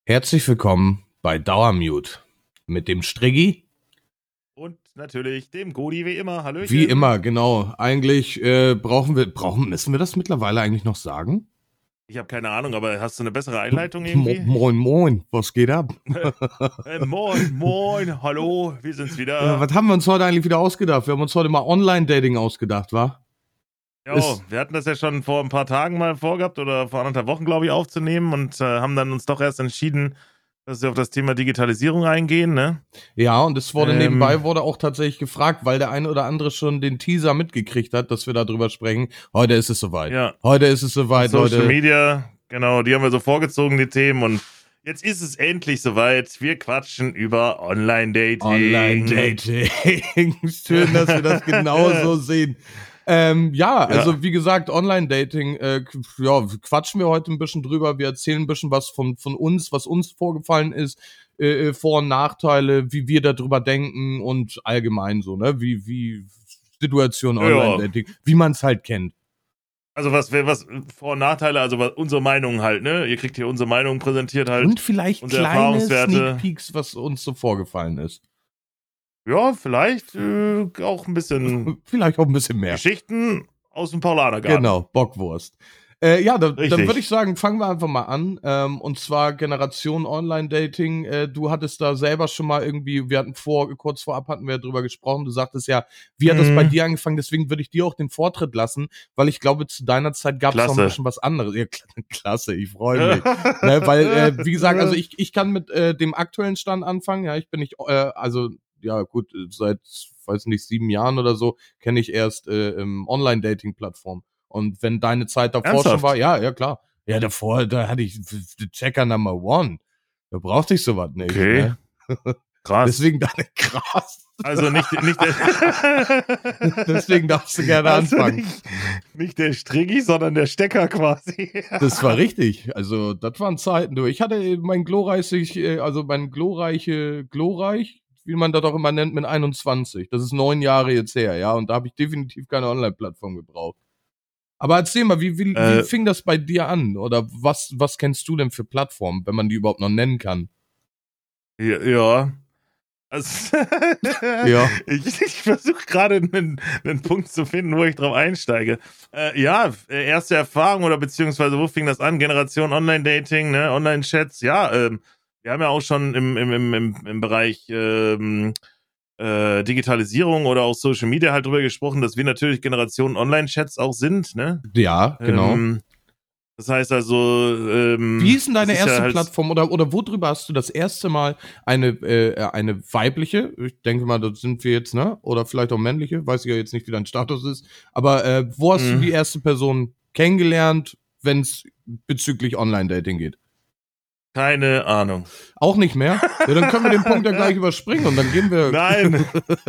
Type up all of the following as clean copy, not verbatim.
Herzlich willkommen bei Dauermute mit dem Striggi. Und natürlich dem Godi wie immer. Hallöchen. Wie immer, genau. Eigentlich müssen wir das mittlerweile eigentlich noch sagen? Ich habe keine Ahnung, aber hast du eine bessere Einleitung irgendwie? Moin, was geht ab? Moin, hallo, wir sind's wieder. Ja, was haben wir uns heute eigentlich wieder ausgedacht? Wir haben uns heute mal Online-Dating ausgedacht, wa? Ja, wir hatten das ja schon vor ein paar Tagen mal vorgehabt oder vor 1,5 Wochen, glaube ich, aufzunehmen und haben dann uns doch erst entschieden, dass wir auf das Thema Digitalisierung eingehen, ne? Ja, und es wurde nebenbei auch tatsächlich gefragt, weil der eine oder andere schon den Teaser mitgekriegt hat, dass wir da drüber sprechen. Heute ist es soweit. Ja. Heute ist es soweit, Social Leute. Media, genau, die haben wir so vorgezogen, die Themen, und jetzt ist es endlich soweit. Wir quatschen über Online-Dating. Online-Dating. Schön, dass wir das genauso sehen. Also wie gesagt, Online-Dating, quatschen wir heute ein bisschen drüber. Wir erzählen ein bisschen was von uns, was uns vorgefallen ist, Vor- und Nachteile, wie wir darüber denken und allgemein so, ne? Wie Situation Online-Dating, wie man es halt kennt. Also was Vor- und Nachteile, also unsere Meinung halt, ne? Ihr kriegt hier unsere Meinung präsentiert halt. Und vielleicht kleine Sneak Peeks, was uns so vorgefallen ist. Ja, vielleicht auch ein bisschen. Vielleicht auch ein bisschen mehr. Geschichten aus dem Paulanergarten. Genau, Bockwurst. Dann würde ich sagen, fangen wir einfach mal an. Und zwar Generation Online-Dating. Du hattest da selber schon mal irgendwie, wir hatten kurz vorab hatten wir drüber gesprochen. Du sagtest ja, wie hat das bei dir angefangen? Deswegen würde ich dir auch den Vortritt lassen, weil ich glaube, zu deiner Zeit gab es noch ein bisschen was anderes. Ja, klasse, ich freue mich. Ne, weil, wie gesagt, also ich kann mit dem aktuellen Stand anfangen. Ja, ich bin nicht, seit, weiß nicht, 7 Jahren oder so, kenne ich erst Online-Dating-Plattformen. Und wenn deine Zeit davor schon war, ja, klar. Ja, davor, da hatte ich Checker Number One. Da brauchte ich sowas nicht. Okay. Ne? Krass. Deswegen krass. Also nicht Deswegen darfst du gerne anfangen. Nicht der Striggi, sondern der Stecker quasi. Das war richtig. Also, das waren Zeiten, du. Ich hatte mein glorreich, wie man das auch immer nennt, mit 21. Das ist 9 Jahre jetzt her, ja. Und da habe ich definitiv keine Online-Plattform gebraucht. Aber erzähl mal, wie fing das bei dir an? Oder was kennst du denn für Plattformen, wenn man die überhaupt noch nennen kann? Ja. Also, ja. Ich versuche gerade einen Punkt zu finden, wo ich drauf einsteige. Erste Erfahrung oder beziehungsweise wo fing das an? Generation Online-Dating, ne? Online-Chats. Ja, wir haben ja auch schon im Bereich Digitalisierung oder auch Social Media halt drüber gesprochen, dass wir natürlich Generation Online-Chats auch sind, ne? Ja, genau. Das heißt also, wie hieß denn deine erste Plattform oder worüber hast du das erste Mal eine weibliche, ich denke mal, das sind wir jetzt, ne? Oder vielleicht auch männliche, weiß ich ja jetzt nicht, wie dein Status ist, aber wo hast du die erste Person kennengelernt, wenn es bezüglich Online-Dating geht? Keine Ahnung. Auch nicht mehr? Ja, dann können wir den Punkt ja gleich überspringen und dann gehen wir... Nein.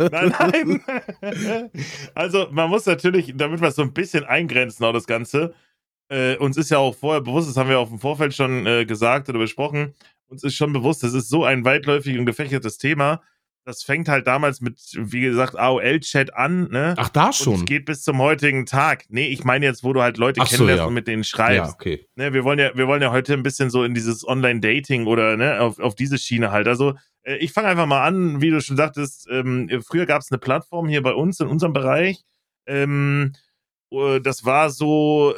Also, man muss natürlich, damit wir es so ein bisschen eingrenzen, auch das Ganze, uns ist ja auch vorher bewusst, das haben wir auch im Vorfeld schon gesagt oder besprochen, uns ist schon bewusst, das ist so ein weitläufig und gefächertes Thema. Das fängt halt damals mit, wie gesagt, AOL-Chat an, ne? Ach, da schon? Und es geht bis zum heutigen Tag. Nee, ich meine jetzt, wo du halt Leute kennenlernst und mit denen schreibst. Ja, okay. Ne, wir wollen ja heute ein bisschen so in dieses Online-Dating oder ne, auf diese Schiene halt. Also, ich fange einfach mal an, wie du schon sagtest, früher gab es eine Plattform hier bei uns in unserem Bereich. Das war so,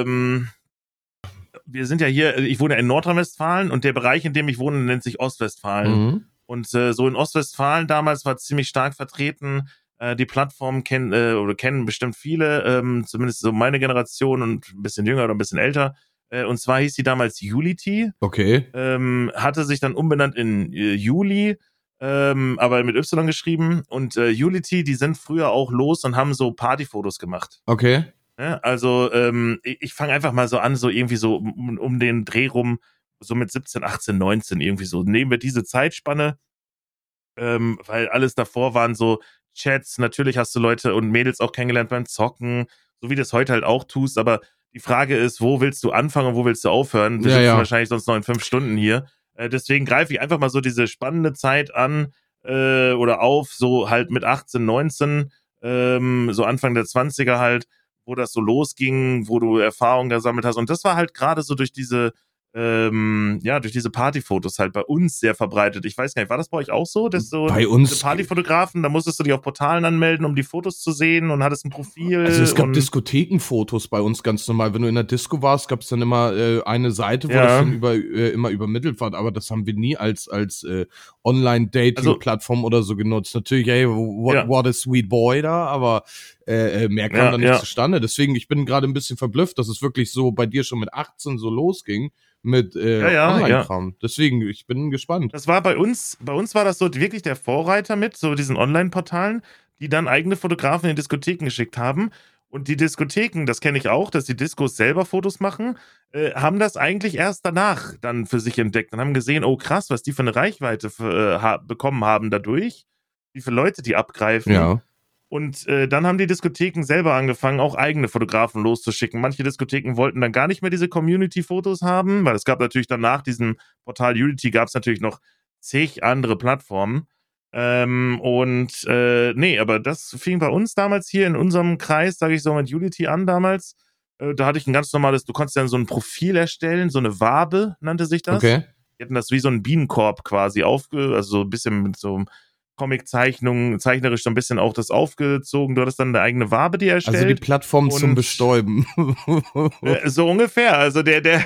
wir sind ja hier, ich wohne in Nordrhein-Westfalen und der Bereich, in dem ich wohne, nennt sich Ostwestfalen. Und so in Ostwestfalen damals war ziemlich stark vertreten. Die Plattformen kennen bestimmt viele, zumindest so meine Generation und ein bisschen jünger oder ein bisschen älter. Und zwar hieß die damals Ulity. Okay. Hatte sich dann umbenannt in Juli, aber mit Y geschrieben. Und Ulity, die sind früher auch los und haben so Partyfotos gemacht. Okay. Ja, also ich fange einfach mal so an, so irgendwie so um den Dreh rum, so mit 17, 18, 19 irgendwie so. Nehmen wir diese Zeitspanne, weil alles davor waren so Chats. Natürlich hast du Leute und Mädels auch kennengelernt beim Zocken, so wie du es heute halt auch tust. Aber die Frage ist, wo willst du anfangen und wo willst du aufhören? Wir sitzen wahrscheinlich sonst noch in 5 Stunden hier. Deswegen greife ich einfach mal so diese spannende Zeit an oder auf, so halt mit 18, 19, so Anfang der 20er halt, wo das so losging, wo du Erfahrungen gesammelt hast. Und das war halt gerade so durch diese durch diese Partyfotos halt bei uns sehr verbreitet. Ich weiß gar nicht, war das bei euch auch so, dass so bei uns diese Partyfotografen, da musstest du dich auf Portalen anmelden, um die Fotos zu sehen und hattest ein Profil? Also es gab Diskothekenfotos bei uns ganz normal. Wenn du in der Disco warst, gab es dann immer eine Seite, wo das dann immer übermittelt war. Aber das haben wir nie als Online-Dating-Plattform oder so genutzt. Natürlich, hey, what a sweet boy da, aber mehr kam da nicht zustande. Deswegen, ich bin gerade ein bisschen verblüfft, dass es wirklich so bei dir schon mit 18 so losging mit Online-Kram. Deswegen, ich bin gespannt. Das war bei uns war das so wirklich der Vorreiter mit so diesen Online-Portalen, die dann eigene Fotografen in Diskotheken geschickt haben. Und die Diskotheken, das kenne ich auch, dass die Diskos selber Fotos machen, haben das eigentlich erst danach dann für sich entdeckt und haben gesehen, oh krass, was die für eine Reichweite bekommen haben dadurch, wie viele Leute die abgreifen. Ja. Und dann haben die Diskotheken selber angefangen, auch eigene Fotografen loszuschicken. Manche Diskotheken wollten dann gar nicht mehr diese Community-Fotos haben, weil es gab natürlich dann nach diesem Portal Unity gab es natürlich noch zig andere Plattformen. Aber das fing bei uns damals hier in unserem Kreis, sage ich so, mit Unity an damals. Da hatte ich ein ganz normales, du konntest dann so ein Profil erstellen, so eine Wabe nannte sich das. Okay. Die hatten das wie so ein Bienenkorb quasi also so ein bisschen mit so Comic-Zeichnungen, zeichnerisch so ein bisschen auch das aufgezogen. Du hattest dann eine eigene Wabe, die erstellt. Also die Plattform zum Bestäuben. So ungefähr. Also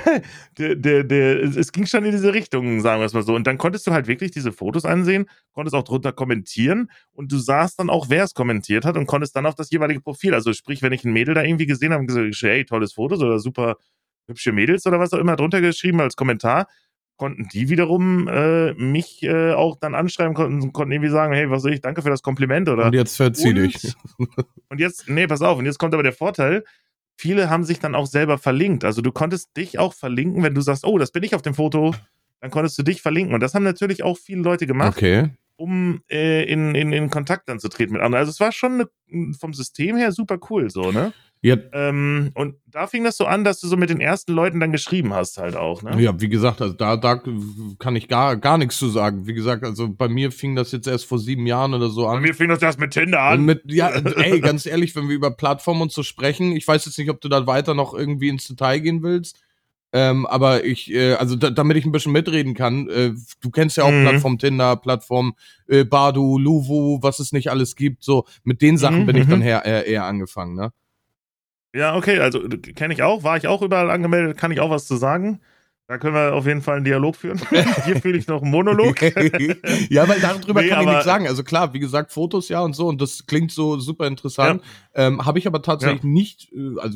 es ging schon in diese Richtung, sagen wir es mal so. Und dann konntest du halt wirklich diese Fotos ansehen, konntest auch drunter kommentieren und du sahst dann auch, wer es kommentiert hat und konntest dann auf das jeweilige Profil, also sprich, wenn ich ein Mädel da irgendwie gesehen habe und gesagt, hey, tolles Foto oder super hübsche Mädels oder was auch immer drunter geschrieben als Kommentar, konnten die wiederum mich auch dann anschreiben, konnten irgendwie sagen, hey, was soll ich, danke für das Kompliment, oder? Und jetzt verzieh dich. Und jetzt, pass auf, und jetzt kommt aber der Vorteil, viele haben sich dann auch selber verlinkt, also du konntest dich auch verlinken, wenn du sagst, oh, das bin ich auf dem Foto, dann konntest du dich verlinken und das haben natürlich auch viele Leute gemacht, um in Kontakt dann zu treten mit anderen. Also es war schon vom System her super cool, so, ne? Ja. Und da fing das so an, dass du so mit den ersten Leuten dann geschrieben hast halt auch, ne? Ja, wie gesagt, also da kann ich gar nichts zu sagen. Wie gesagt, also bei mir fing das jetzt erst vor 7 Jahren oder so an. Bei mir fing das erst mit Tinder an. Ganz ehrlich, wenn wir über Plattformen und so sprechen, ich weiß jetzt nicht, ob du da weiter noch irgendwie ins Detail gehen willst, aber damit ich ein bisschen mitreden kann, du kennst ja auch Plattform Tinder, Plattform Badoo, Luvu, was es nicht alles gibt, so mit den Sachen bin ich dann eher angefangen, ne? Ja, okay, also kenne ich auch, war ich auch überall angemeldet, kann ich auch was zu sagen. Da können wir auf jeden Fall einen Dialog führen. Hier fühle ich noch einen Monolog. Ja, weil darüber kann ich nichts sagen. Also klar, wie gesagt, Fotos ja und so und das klingt so super interessant. Ja. Habe ich aber tatsächlich nicht,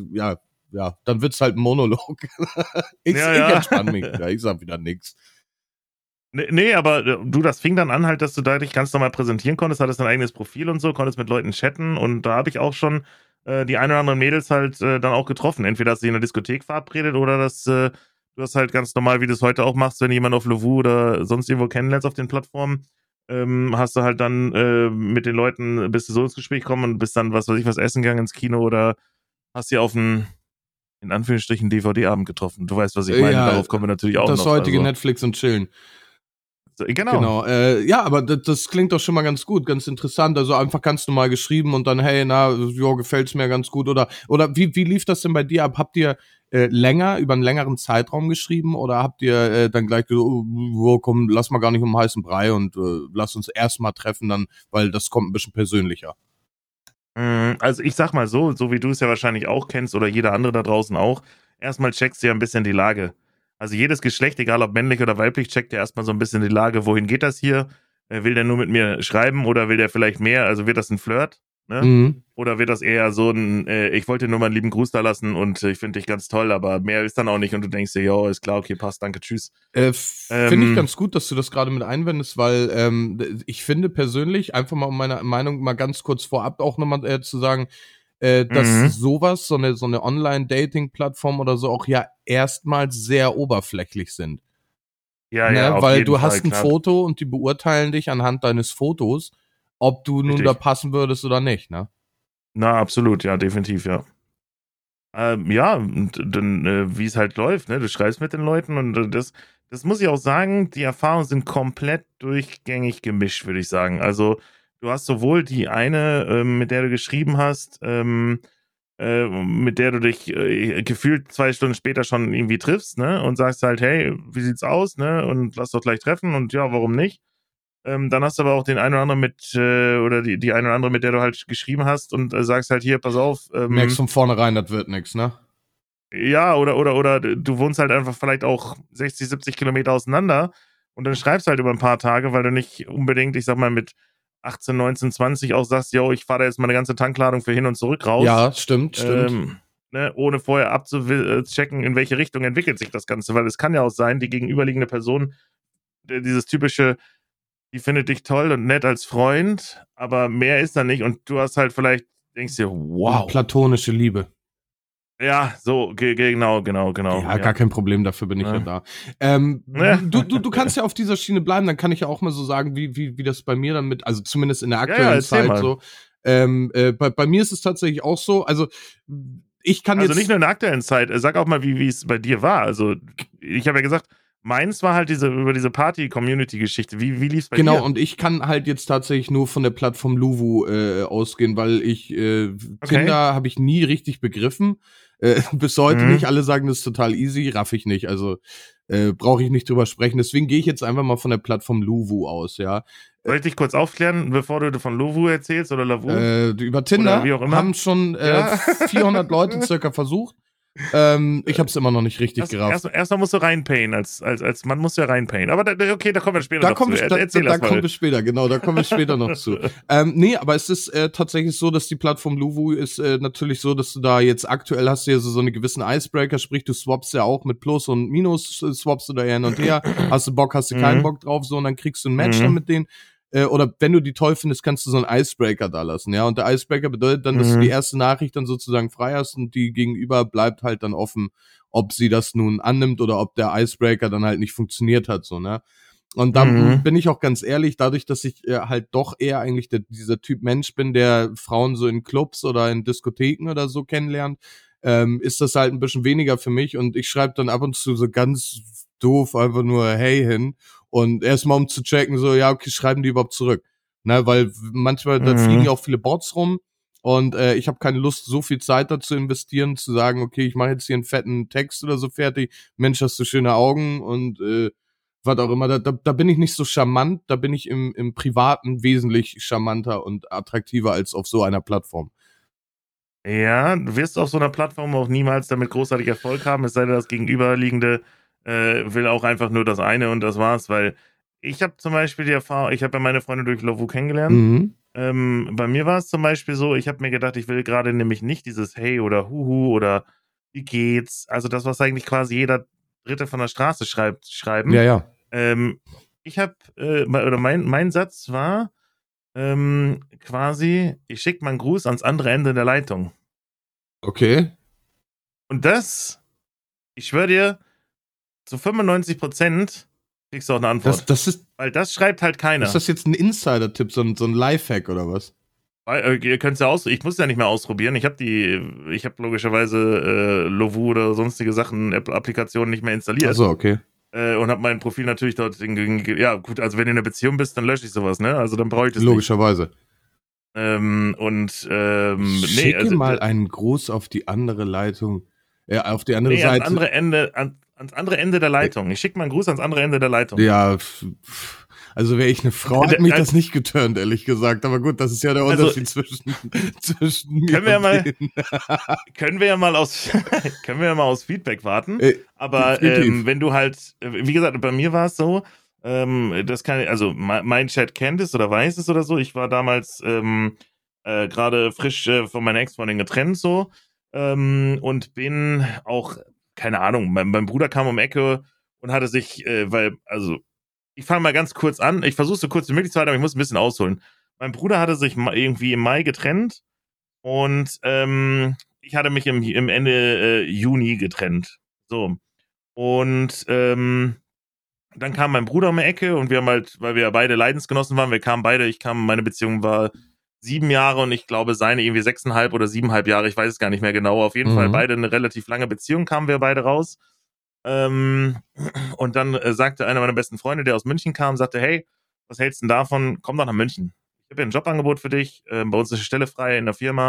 dann wird's halt ein Monolog. Ich entspanne mich, ich sag wieder nichts. Nee, aber das fing dann an halt, dass du da dich ganz normal präsentieren konntest, hattest dein eigenes Profil und so, konntest mit Leuten chatten und da habe ich auch schon die ein oder anderen Mädels halt dann auch getroffen. Entweder hast du sie in der Diskothek verabredet oder du hast halt ganz normal, wie du es heute auch machst, wenn jemand auf Luvu oder sonst irgendwo kennenlernst auf den Plattformen, hast du halt dann mit den Leuten, bist du so ins Gespräch gekommen und bist dann, was weiß ich, was essen gegangen ins Kino oder hast sie auf einen, in Anführungsstrichen, DVD-Abend getroffen. Du weißt, was ich meine. Darauf kommen wir natürlich auch noch. Das heutige Netflix und Chillen. Genau. Aber das klingt doch schon mal ganz gut, ganz interessant. Also einfach ganz normal geschrieben und dann, hey, gefällt's mir ganz gut. Oder wie lief das denn bei dir ab? Habt ihr über einen längeren Zeitraum geschrieben oder habt ihr dann gleich gesagt, komm, lass mal gar nicht um den heißen Brei und lass uns erstmal treffen dann, weil das kommt ein bisschen persönlicher? Also ich sag mal so wie du es ja wahrscheinlich auch kennst oder jeder andere da draußen auch, erstmal checkst du ja ein bisschen die Lage. Also jedes Geschlecht, egal ob männlich oder weiblich, checkt ja erstmal so ein bisschen die Lage, wohin geht das hier? Will der nur mit mir schreiben oder will der vielleicht mehr? Also wird das ein Flirt? Ne? Mhm. Oder wird das eher so ein, ich wollte nur mal einen lieben Gruß da lassen und ich finde dich ganz toll, aber mehr ist dann auch nicht und du denkst dir, ja, ist klar, okay, passt, danke, tschüss. Finde ich ganz gut, dass du das gerade mit einwendest, weil ich finde persönlich, einfach mal um meine Meinung mal ganz kurz vorab auch nochmal zu sagen, dass sowas, so eine Online-Dating-Plattform oder so auch ja erstmals sehr oberflächlich sind. Ja, ne? Auf Weil jeden du Fall, hast ein klar. Foto und die beurteilen dich anhand deines Fotos, ob du nun da passen würdest oder nicht, ne? Na, absolut, ja, definitiv, ja. Und dann, wie es halt läuft, ne? Du schreibst mit den Leuten und das muss ich auch sagen, die Erfahrungen sind komplett durchgängig gemischt, würde ich sagen. Also, du hast sowohl die eine, mit der du geschrieben hast, mit der du dich gefühlt 2 Stunden später schon irgendwie triffst, ne? Und sagst halt, hey, wie sieht's aus, ne? Und lass doch gleich treffen und ja, warum nicht? Dann hast du aber auch den einen oder anderen oder die eine oder andere, mit der du halt geschrieben hast und sagst halt, hier, pass auf. Merkst von vornherein, das wird nix, ne? Ja, oder du wohnst halt einfach vielleicht auch 60, 70 Kilometer auseinander und dann schreibst halt über ein paar Tage, weil du nicht unbedingt, ich sag mal, mit 18, 19, 20 auch sagst, yo, ich fahre da jetzt mal eine ganze Tankladung für hin und zurück raus. Ja, stimmt. Ne, ohne vorher abzuchecken, in welche Richtung entwickelt sich das Ganze, weil es kann ja auch sein, die gegenüberliegende Person, dieses typische, die findet dich toll und nett als Freund, aber mehr ist da nicht und du hast halt vielleicht, denkst dir, wow. Platonische Liebe. Ja, so, genau. Ja, gar kein Problem, dafür bin ich ja da. Du kannst ja auf dieser Schiene bleiben, dann kann ich ja auch mal so sagen, wie das bei mir dann also zumindest in der aktuellen Zeit mal. So. Bei mir ist es tatsächlich auch so, also ich kann jetzt... Also nicht nur in der aktuellen Zeit, sag auch mal, wie es bei dir war. Also ich habe ja gesagt, meins war halt über diese Party-Community-Geschichte. Wie lief's bei dir? Genau, und ich kann halt jetzt tatsächlich nur von der Plattform Luvu ausgehen, weil ich Tinder habe ich nie richtig begriffen. Bis heute nicht. Alle sagen, das ist total easy, raff ich nicht. Also brauche ich nicht drüber sprechen. Deswegen gehe ich jetzt einfach mal von der Plattform Luvu aus, ja. Soll ich dich kurz aufklären, bevor du von Luvu erzählst oder Lavu? Über Tinder haben schon 400 Leute circa versucht. Ich hab's immer noch nicht richtig gerafft. Erstmal musst du reinpayen, als Mann musst du ja reinpayen. Aber okay, da kommen wir später noch zu. Da kommen wir später, genau, da kommen wir später noch zu. Nee, aber es ist tatsächlich so, dass die Plattform Luvu ist natürlich so, dass du da jetzt aktuell hast du ja so eine gewissen Icebreaker, sprich du swappst ja auch mit Plus und Minus, swappst du da hin und her. Hast du Bock, hast du keinen Bock drauf, so, und dann kriegst du ein Match dann mit denen. Oder wenn du die toll findest, kannst du so einen Icebreaker da lassen, ja. Und der Icebreaker bedeutet dann, dass du die erste Nachricht dann sozusagen frei hast und die Gegenüber bleibt halt dann offen, ob sie das nun annimmt oder ob der Icebreaker dann halt nicht funktioniert hat, so, ne. Und dann bin ich auch ganz ehrlich, dadurch, dass ich halt doch eher eigentlich dieser Typ Mensch bin, der Frauen so in Clubs oder in Diskotheken oder so kennenlernt, ist das halt ein bisschen weniger für mich und ich schreibe dann ab und zu so ganz doof einfach nur hey hin und erstmal um zu checken, so, ja, okay, schreiben die überhaupt zurück. Ne, weil manchmal, da fliegen ja auch viele Bots rum und ich habe keine Lust, so viel Zeit dazu investieren, zu sagen, okay, ich mache jetzt hier einen fetten Text oder so fertig, Mensch, hast du schöne Augen und was auch immer, da bin ich nicht so charmant, da bin ich im Privaten wesentlich charmanter und attraktiver als auf so einer Plattform. Ja, du wirst auf so einer Plattform auch niemals damit großartig Erfolg haben, es sei denn, das Gegenüberliegende will auch einfach nur das eine und das war's, weil ich habe zum Beispiel die Erfahrung, ich habe ja meine Freunde durch Lavu kennengelernt. Bei mir war es zum Beispiel so, ich habe mir gedacht, ich will gerade nämlich nicht dieses Hey oder Huhu oder wie geht's, also das, was eigentlich quasi jeder Dritte von der Straße schreiben. Ja. Ich habe, oder mein Satz war quasi, ich schicke meinen Gruß ans andere Ende der Leitung. Okay. Und das, ich schwöre dir, zu 95% kriegst du auch eine Antwort. Weil das schreibt halt keiner. Ist das jetzt ein Insider-Tipp, so ein Lifehack oder was? Ihr könnt es ja ich muss ja nicht mehr ausprobieren. Ich habe logischerweise Lovu oder sonstige Sachen, Applikationen nicht mehr installiert. Achso, okay. Und habe mein Profil natürlich dort ja gut, also wenn du in einer Beziehung bist, dann lösche ich sowas, ne? Also dann brauche ich das logischerweise nicht. Schicke mal einen Gruß auf die andere Leitung. Auf die andere Seite. Ans andere Ende der Leitung. Ich schicke mal einen Gruß ans andere Ende der Leitung. Ja, also wäre ich eine Frau, hat mich das nicht geturnt, ehrlich gesagt. Aber gut, das ist ja der Unterschied zwischen mir können wir ja mal aus Feedback warten. Aber wenn du halt, wie gesagt, bei mir war es so, mein Chat kennt es oder weiß es oder so. Ich war damals gerade frisch von meiner Ex-Freundin getrennt so und bin auch, keine Ahnung, mein Bruder kam um die Ecke und hatte sich, ich fange mal ganz kurz an, ich versuche so kurz wie möglich zu halten, aber ich muss ein bisschen ausholen. Mein Bruder hatte sich irgendwie im Mai getrennt und ich hatte mich im Ende Juni getrennt. So. Und dann kam mein Bruder um die Ecke und wir haben halt, weil wir ja beide Leidensgenossen waren, meine Beziehung war 7 Jahre und ich glaube seine irgendwie 6,5 oder 7,5 Jahre, ich weiß es gar nicht mehr genau. Auf jeden Fall beide eine relativ lange Beziehung, kamen wir beide raus. Und dann sagte einer meiner besten Freunde, der aus München kam, sagte, hey, was hältst du denn davon? Komm doch nach München. Ich habe hier ein Jobangebot für dich. Bei uns ist eine Stelle frei in der Firma.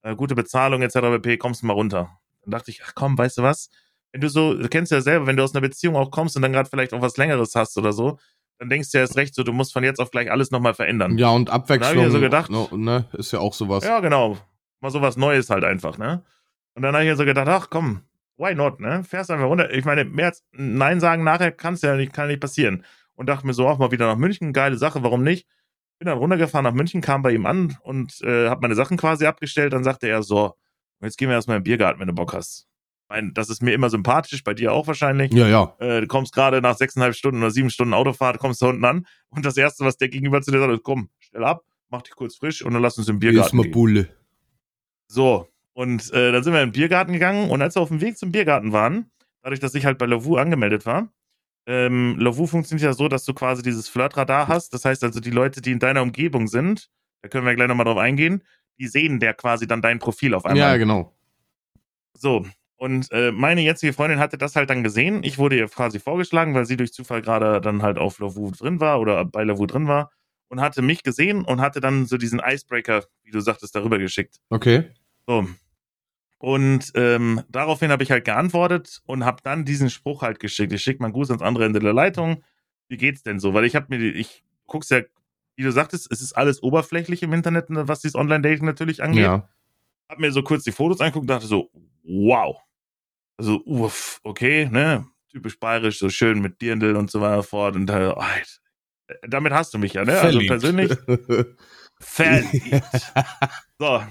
gute Bezahlung etc. pp, kommst du mal runter. Dann dachte ich, ach komm, weißt du was? Wenn du kennst ja selber, wenn du aus einer Beziehung auch kommst und dann gerade vielleicht auch was Längeres hast oder so, dann denkst du ja erst recht so, du musst von jetzt auf gleich alles nochmal verändern. Ja, und Und da habe ich mir so Abwechslung, gedacht, ne, ist ja auch sowas. ja genau, mal sowas Neues halt einfach, ne? Und dann habe ich mir so gedacht, ach komm, why not, ne? Fährst einfach runter. Ich meine, mehr als Nein sagen nachher kann nicht passieren. Und dachte mir so, auch mal wieder nach München, geile Sache, warum nicht? Bin dann runtergefahren nach München, kam bei ihm an und habe meine Sachen quasi abgestellt. Dann sagte er so, jetzt gehen wir erstmal im Biergarten, wenn du Bock hast. Ich meine, das ist mir immer sympathisch, bei dir auch wahrscheinlich. Ja. Du kommst gerade nach 6,5 Stunden oder 7 Stunden Autofahrt, kommst da unten an und das Erste, was der gegenüber zu dir sagt, ist, komm, stell ab, mach dich kurz frisch und dann lass uns im Biergarten gehen. Bulle. So, und dann sind wir in den Biergarten gegangen und als wir auf dem Weg zum Biergarten waren, dadurch, dass ich halt bei Lovoo angemeldet war, Lovoo funktioniert ja so, dass du quasi dieses Flirtradar hast. Das heißt also, die Leute, die in deiner Umgebung sind, da können wir gleich nochmal drauf eingehen, die sehen der quasi dann dein Profil auf einmal. Ja, genau. So, und meine jetzige Freundin hatte das halt dann gesehen. Ich wurde ihr quasi vorgeschlagen, weil sie durch Zufall gerade dann halt auf Lovoo drin war oder bei Lovoo drin war und hatte mich gesehen und hatte dann so diesen Icebreaker, wie du sagtest, darüber geschickt. Okay. So. Und daraufhin habe ich halt geantwortet und habe dann diesen Spruch halt geschickt. Ich schicke mal einen Gruß ans andere Ende der Leitung. Wie geht's denn so? Weil ich guck's ja, wie du sagtest, es ist alles oberflächlich im Internet, was dieses Online-Dating natürlich angeht. Ja. Hab mir so kurz die Fotos angeguckt und dachte so, wow. Also, okay, ne? Typisch bayerisch, so schön mit Dirndl und so weiter fort. Und damit hast du mich ja, ne? Verliebt. Also persönlich verliebt. So.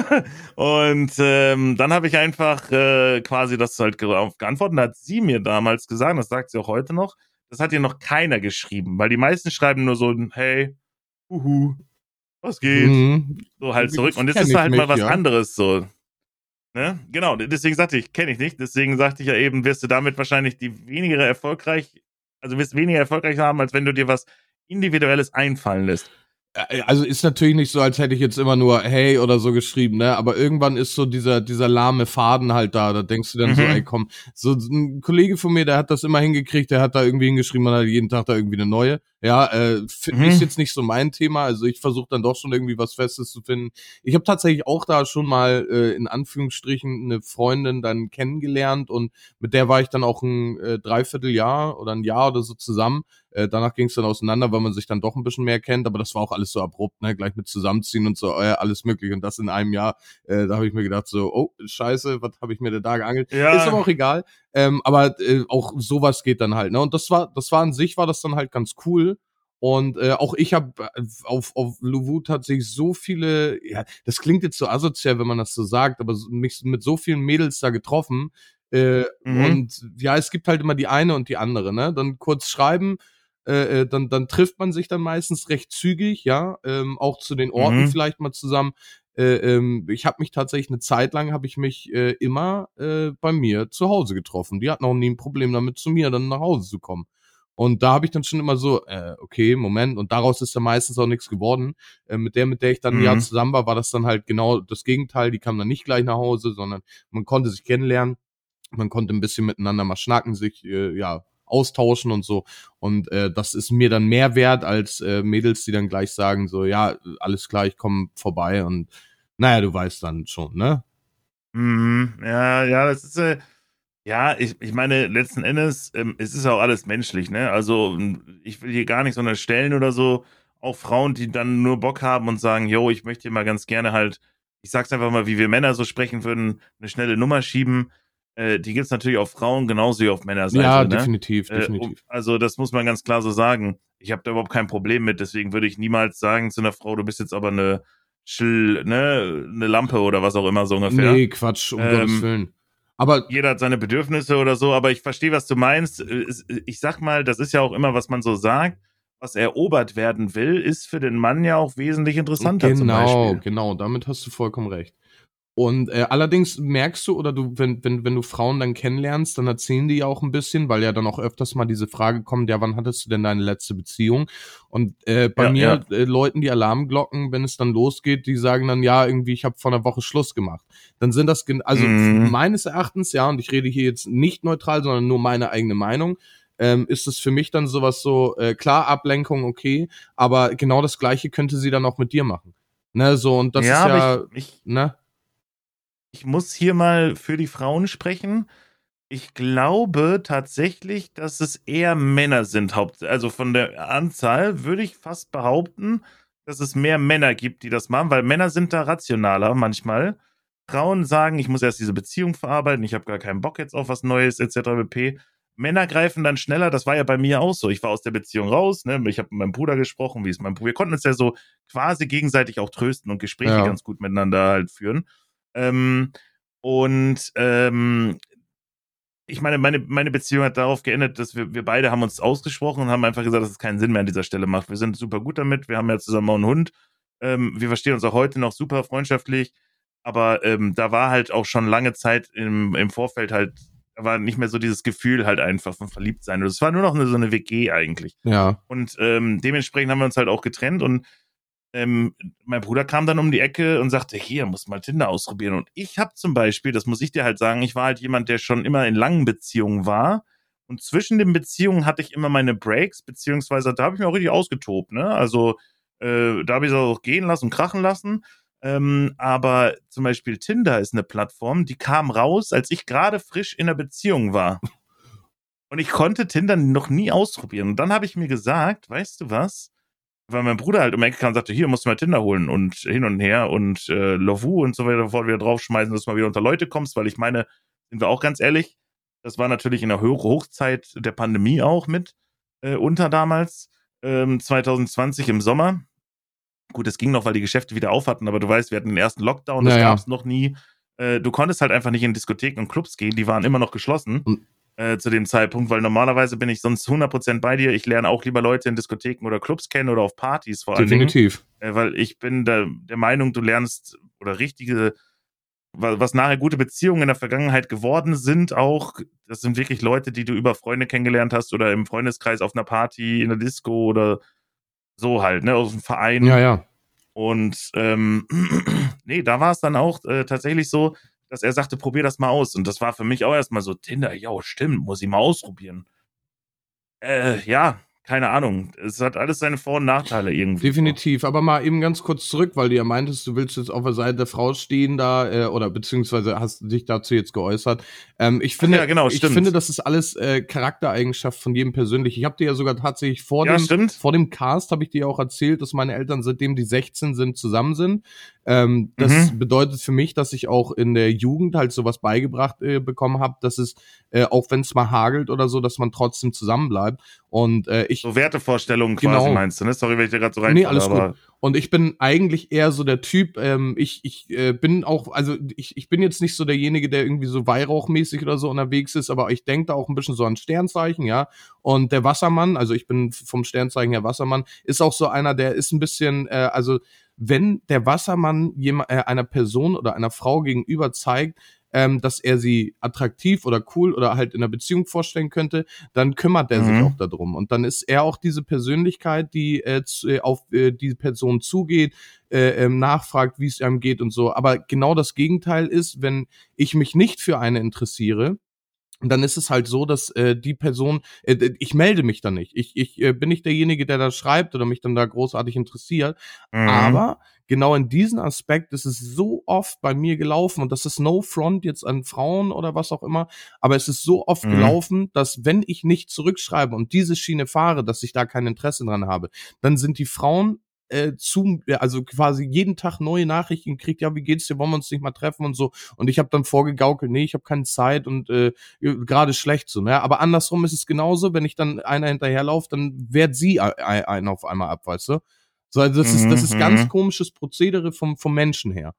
Und dann habe ich einfach quasi das halt geantwortet. Da hat sie mir damals gesagt, das sagt sie auch heute noch, das hat ihr noch keiner geschrieben, weil die meisten schreiben nur so, hey, was geht? So halt zurück. Und jetzt ist halt mal was anderes so. Ne? Genau, deswegen sagte ich, kenne ich nicht. Deswegen sagte ich ja eben, wirst du damit wahrscheinlich weniger erfolgreich haben, als wenn du dir was Individuelles einfallen lässt. Also ist natürlich nicht so, als hätte ich jetzt immer nur hey oder so geschrieben, ne? Aber irgendwann ist so dieser lahme Faden halt da. Da denkst du dann so, ey komm, so ein Kollege von mir, der hat das immer hingekriegt, der hat da irgendwie hingeschrieben, man hat jeden Tag da irgendwie eine neue. Ja, ist jetzt nicht so mein Thema. Also ich versuche dann doch schon irgendwie was Festes zu finden. Ich habe tatsächlich auch da schon mal in Anführungsstrichen eine Freundin dann kennengelernt und mit der war ich dann auch ein Dreivierteljahr oder ein Jahr oder so zusammen. Danach ging es dann auseinander, weil man sich dann doch ein bisschen mehr kennt, aber das war auch alles so abrupt, ne, gleich mit zusammenziehen und so, alles möglich und das in einem Jahr, da habe ich mir gedacht so, oh, scheiße, was habe ich mir denn da geangelt? Ja. Ist aber auch egal, aber auch sowas geht dann halt, ne, und das war an sich, war das dann halt ganz cool. Und auch ich habe auf Lovoo tatsächlich so viele, ja, das klingt jetzt so asozial, wenn man das so sagt, aber mich mit so vielen Mädels da getroffen. Und ja, es gibt halt immer die eine und die andere, ne? Dann kurz schreiben, dann trifft man sich dann meistens recht zügig, ja, auch zu den Orten vielleicht mal zusammen. Ich habe mich tatsächlich eine Zeit lang, habe ich mich immer bei mir zu Hause getroffen. Die hatten auch nie ein Problem damit, zu mir dann nach Hause zu kommen. Und da habe ich dann schon immer so, okay, Moment, und daraus ist dann meistens auch nichts geworden. Mit der ich dann ein Jahr zusammen war das dann halt genau das Gegenteil. Die kam dann nicht gleich nach Hause, sondern man konnte sich kennenlernen. Man konnte ein bisschen miteinander mal schnacken, sich austauschen und so. Und das ist mir dann mehr wert als Mädels, die dann gleich sagen so, ja, alles klar, ich komme vorbei. Und naja, du weißt dann schon, ne? Ja, das ist ja, ich meine, letzten Endes, es ist auch alles menschlich, ne? Also ich will hier gar nicht so unterstellen oder so. Auch Frauen, die dann nur Bock haben und sagen, yo, ich möchte hier mal ganz gerne halt, ich sag's einfach mal, wie wir Männer so sprechen würden, eine schnelle Nummer schieben. Die gibt's natürlich auf Frauen genauso wie auf Männerseite. Ja, ne? definitiv. Also das muss man ganz klar so sagen. Ich habe da überhaupt kein Problem mit, deswegen würde ich niemals sagen zu einer Frau, du bist jetzt aber eine Lampe oder was auch immer so ungefähr. Nee, Quatsch, um Gottes Willen. Aber jeder hat seine Bedürfnisse oder so, aber ich verstehe, was du meinst. Ich sag mal, das ist ja auch immer, was man so sagt. Was erobert werden will, ist für den Mann ja auch wesentlich interessanter zum Beispiel. Genau, damit hast du vollkommen recht. Und allerdings merkst du, oder wenn du Frauen dann kennenlernst, dann erzählen die ja auch ein bisschen, weil ja dann auch öfters mal diese Frage kommt, ja, wann hattest du denn deine letzte Beziehung? Und bei mir läuten die Alarmglocken, wenn es dann losgeht, die sagen dann, ja, irgendwie, ich habe vor einer Woche Schluss gemacht. Dann sind das, also meines Erachtens, ja, und ich rede hier jetzt nicht neutral, sondern nur meine eigene Meinung, ist es für mich dann sowas so, klar, Ablenkung, okay, aber genau das Gleiche könnte sie dann auch mit dir machen. Ne, so, und das ist ja, ne? ich muss hier mal für die Frauen sprechen. Ich glaube tatsächlich, dass es eher Männer sind. Also von der Anzahl würde ich fast behaupten, dass es mehr Männer gibt, die das machen, weil Männer sind da rationaler manchmal. Frauen sagen, ich muss erst diese Beziehung verarbeiten, ich habe gar keinen Bock jetzt auf was Neues, etc. pp. Männer greifen dann schneller, das war ja bei mir auch so. Ich war aus der Beziehung raus, ne? Ich habe mit meinem Bruder gesprochen, wie es meinem Bruder. Wir konnten uns ja so quasi gegenseitig auch trösten und Gespräche ganz gut miteinander halt führen. Ähm, und ich meine, meine Beziehung hat darauf geendet, dass wir beide haben uns ausgesprochen und haben einfach gesagt, dass es keinen Sinn mehr an dieser Stelle macht. Wir sind super gut damit, wir haben ja zusammen auch einen Hund. Wir verstehen uns auch heute noch super freundschaftlich, aber da war halt auch schon lange Zeit im Vorfeld halt, da war nicht mehr so dieses Gefühl halt einfach von Verliebtsein. Es war nur noch so eine WG eigentlich. Ja. Und dementsprechend haben wir uns halt auch getrennt und mein Bruder kam dann um die Ecke und sagte, hier, muss mal Tinder ausprobieren. Und ich habe zum Beispiel, das muss ich dir halt sagen, ich war halt jemand, der schon immer in langen Beziehungen war. Und zwischen den Beziehungen hatte ich immer meine Breaks, beziehungsweise da habe ich mich auch richtig ausgetobt, ne? Also da habe ich es auch gehen lassen und krachen lassen. Aber zum Beispiel Tinder ist eine Plattform, die kam raus, als ich gerade frisch in einer Beziehung war. Und ich konnte Tinder noch nie ausprobieren. Und dann habe ich mir gesagt, weißt du was? Weil mein Bruder halt um die Ecke kam und sagte, hier, musst du mal Tinder holen und hin und her und Lovoo und so weiter sofort wieder draufschmeißen, dass du mal wieder unter Leute kommst, weil ich meine, sind wir auch ganz ehrlich, das war natürlich in der Hochzeit der Pandemie auch mit unter damals, 2020 im Sommer. Gut, es ging noch, weil die Geschäfte wieder auf hatten, aber du weißt, wir hatten den ersten Lockdown, das gab es noch nie. Du konntest halt einfach nicht in Diskotheken und Clubs gehen, die waren immer noch geschlossen. Zu dem Zeitpunkt, weil normalerweise bin ich sonst 100% bei dir. Ich lerne auch lieber Leute in Diskotheken oder Clubs kennen oder auf Partys vor allen Dingen. Definitiv. Weil ich bin der Meinung, du lernst oder was nachher gute Beziehungen in der Vergangenheit geworden sind auch, das sind wirklich Leute, die du über Freunde kennengelernt hast oder im Freundeskreis auf einer Party, in der Disco oder so halt, ne, aus dem Verein. Ja. Und nee, da war es dann auch tatsächlich so, dass er sagte, probier das mal aus. Und das war für mich auch erstmal so, Tinder, ja, stimmt, muss ich mal ausprobieren. Ja, keine Ahnung. Es hat alles seine Vor- und Nachteile irgendwie. Definitiv, aber mal eben ganz kurz zurück, weil du ja meintest, du willst jetzt auf der Seite der Frau stehen da, oder beziehungsweise hast dich dazu jetzt geäußert. Ich finde, ja, genau, ich finde, das ist alles Charaktereigenschaft von jedem persönlich. Ich habe dir ja sogar tatsächlich vor dem Cast habe ich dir auch erzählt, dass meine Eltern, seitdem die 16 sind, zusammen sind. Das bedeutet für mich, dass ich auch in der Jugend halt sowas beigebracht bekommen habe, dass es, auch wenn es mal hagelt oder so, dass man trotzdem zusammenbleibt. Und so Wertevorstellungen quasi meinst du, ne? Sorry, wenn ich dir gerade so reinfalle. Nee, alles gut. Und ich bin eigentlich eher so der Typ, ich bin auch, also ich bin jetzt nicht so derjenige, der irgendwie so weihrauchmäßig oder so unterwegs ist, aber ich denke da auch ein bisschen so an Sternzeichen, ja. Und der Wassermann, also ich bin vom Sternzeichen her Wassermann, ist auch so einer, der ist ein bisschen, also wenn der Wassermann einer Person oder einer Frau gegenüber zeigt, dass er sie attraktiv oder cool oder halt in einer Beziehung vorstellen könnte, dann kümmert er sich auch darum. Und dann ist er auch diese Persönlichkeit, die auf die Person zugeht, nachfragt, wie es einem geht und so. Aber genau das Gegenteil ist, wenn ich mich nicht für eine interessiere, dann ist es halt so, dass die Person, ich melde mich da nicht. Ich bin nicht derjenige, der da schreibt oder mich dann da großartig interessiert. Aber genau in diesem Aspekt ist es so oft bei mir gelaufen, und das ist no front jetzt an Frauen oder was auch immer, aber es ist so oft gelaufen, dass wenn ich nicht zurückschreibe und diese Schiene fahre, dass ich da kein Interesse dran habe, dann sind die Frauen also quasi jeden Tag neue Nachrichten kriegt, ja, wie geht's dir, wollen wir uns nicht mal treffen und so. Und ich habe dann vorgegaukelt, nee, ich habe keine Zeit und gerade schlecht so, ne? Aber andersrum ist es genauso, wenn ich dann einer hinterherlaufe, dann wehrt sie einen auf einmal ab, weißt du? So, also das ist ganz komisches Prozedere vom Menschen her.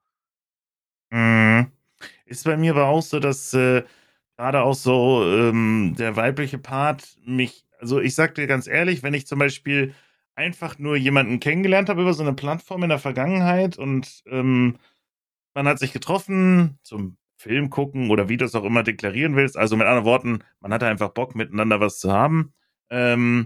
Ist bei mir aber auch so, dass gerade auch so der weibliche Part also ich sag dir ganz ehrlich, wenn ich zum Beispiel einfach nur jemanden kennengelernt habe über so eine Plattform in der Vergangenheit und man hat sich getroffen zum Film gucken oder wie du es auch immer deklarieren willst, also mit anderen Worten, man hatte einfach Bock, miteinander was zu haben, dann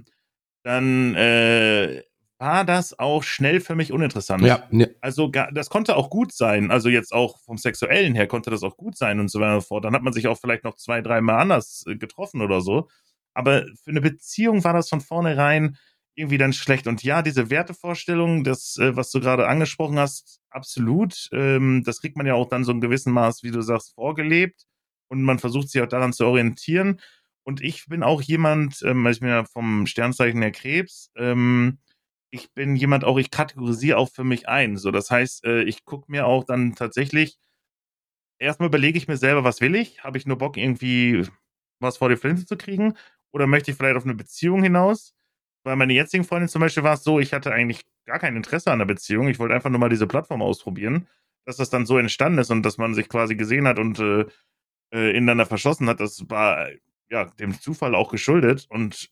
war das auch schnell für mich uninteressant. Ja. Also das konnte auch gut sein, also jetzt auch vom Sexuellen her konnte das auch gut sein und so weiter und so fort. Dann hat man sich auch vielleicht noch 2, 3 Mal anders getroffen oder so. Aber für eine Beziehung war das von vornherein irgendwie dann schlecht. Und ja, diese Wertevorstellung, das, was du gerade angesprochen hast, absolut. Das kriegt man ja auch dann so in gewissem Maß, wie du sagst, vorgelebt. Und man versucht sich auch daran zu orientieren. Und ich bin auch jemand, weil ich bin ja vom Sternzeichen der Krebs, ich bin jemand auch, ich kategorisiere auch für mich ein. So, das heißt, ich gucke mir auch dann tatsächlich, erstmal überlege ich mir selber, was will ich? Habe ich nur Bock, irgendwie was vor die Flinte zu kriegen? Oder möchte ich vielleicht auf eine Beziehung hinaus? Bei meiner jetzigen Freundin zum Beispiel war es so, ich hatte eigentlich gar kein Interesse an der Beziehung. Ich wollte einfach nur mal diese Plattform ausprobieren. Dass das dann so entstanden ist und dass man sich quasi gesehen hat und ineinander verschossen hat, das war ja dem Zufall auch geschuldet. Und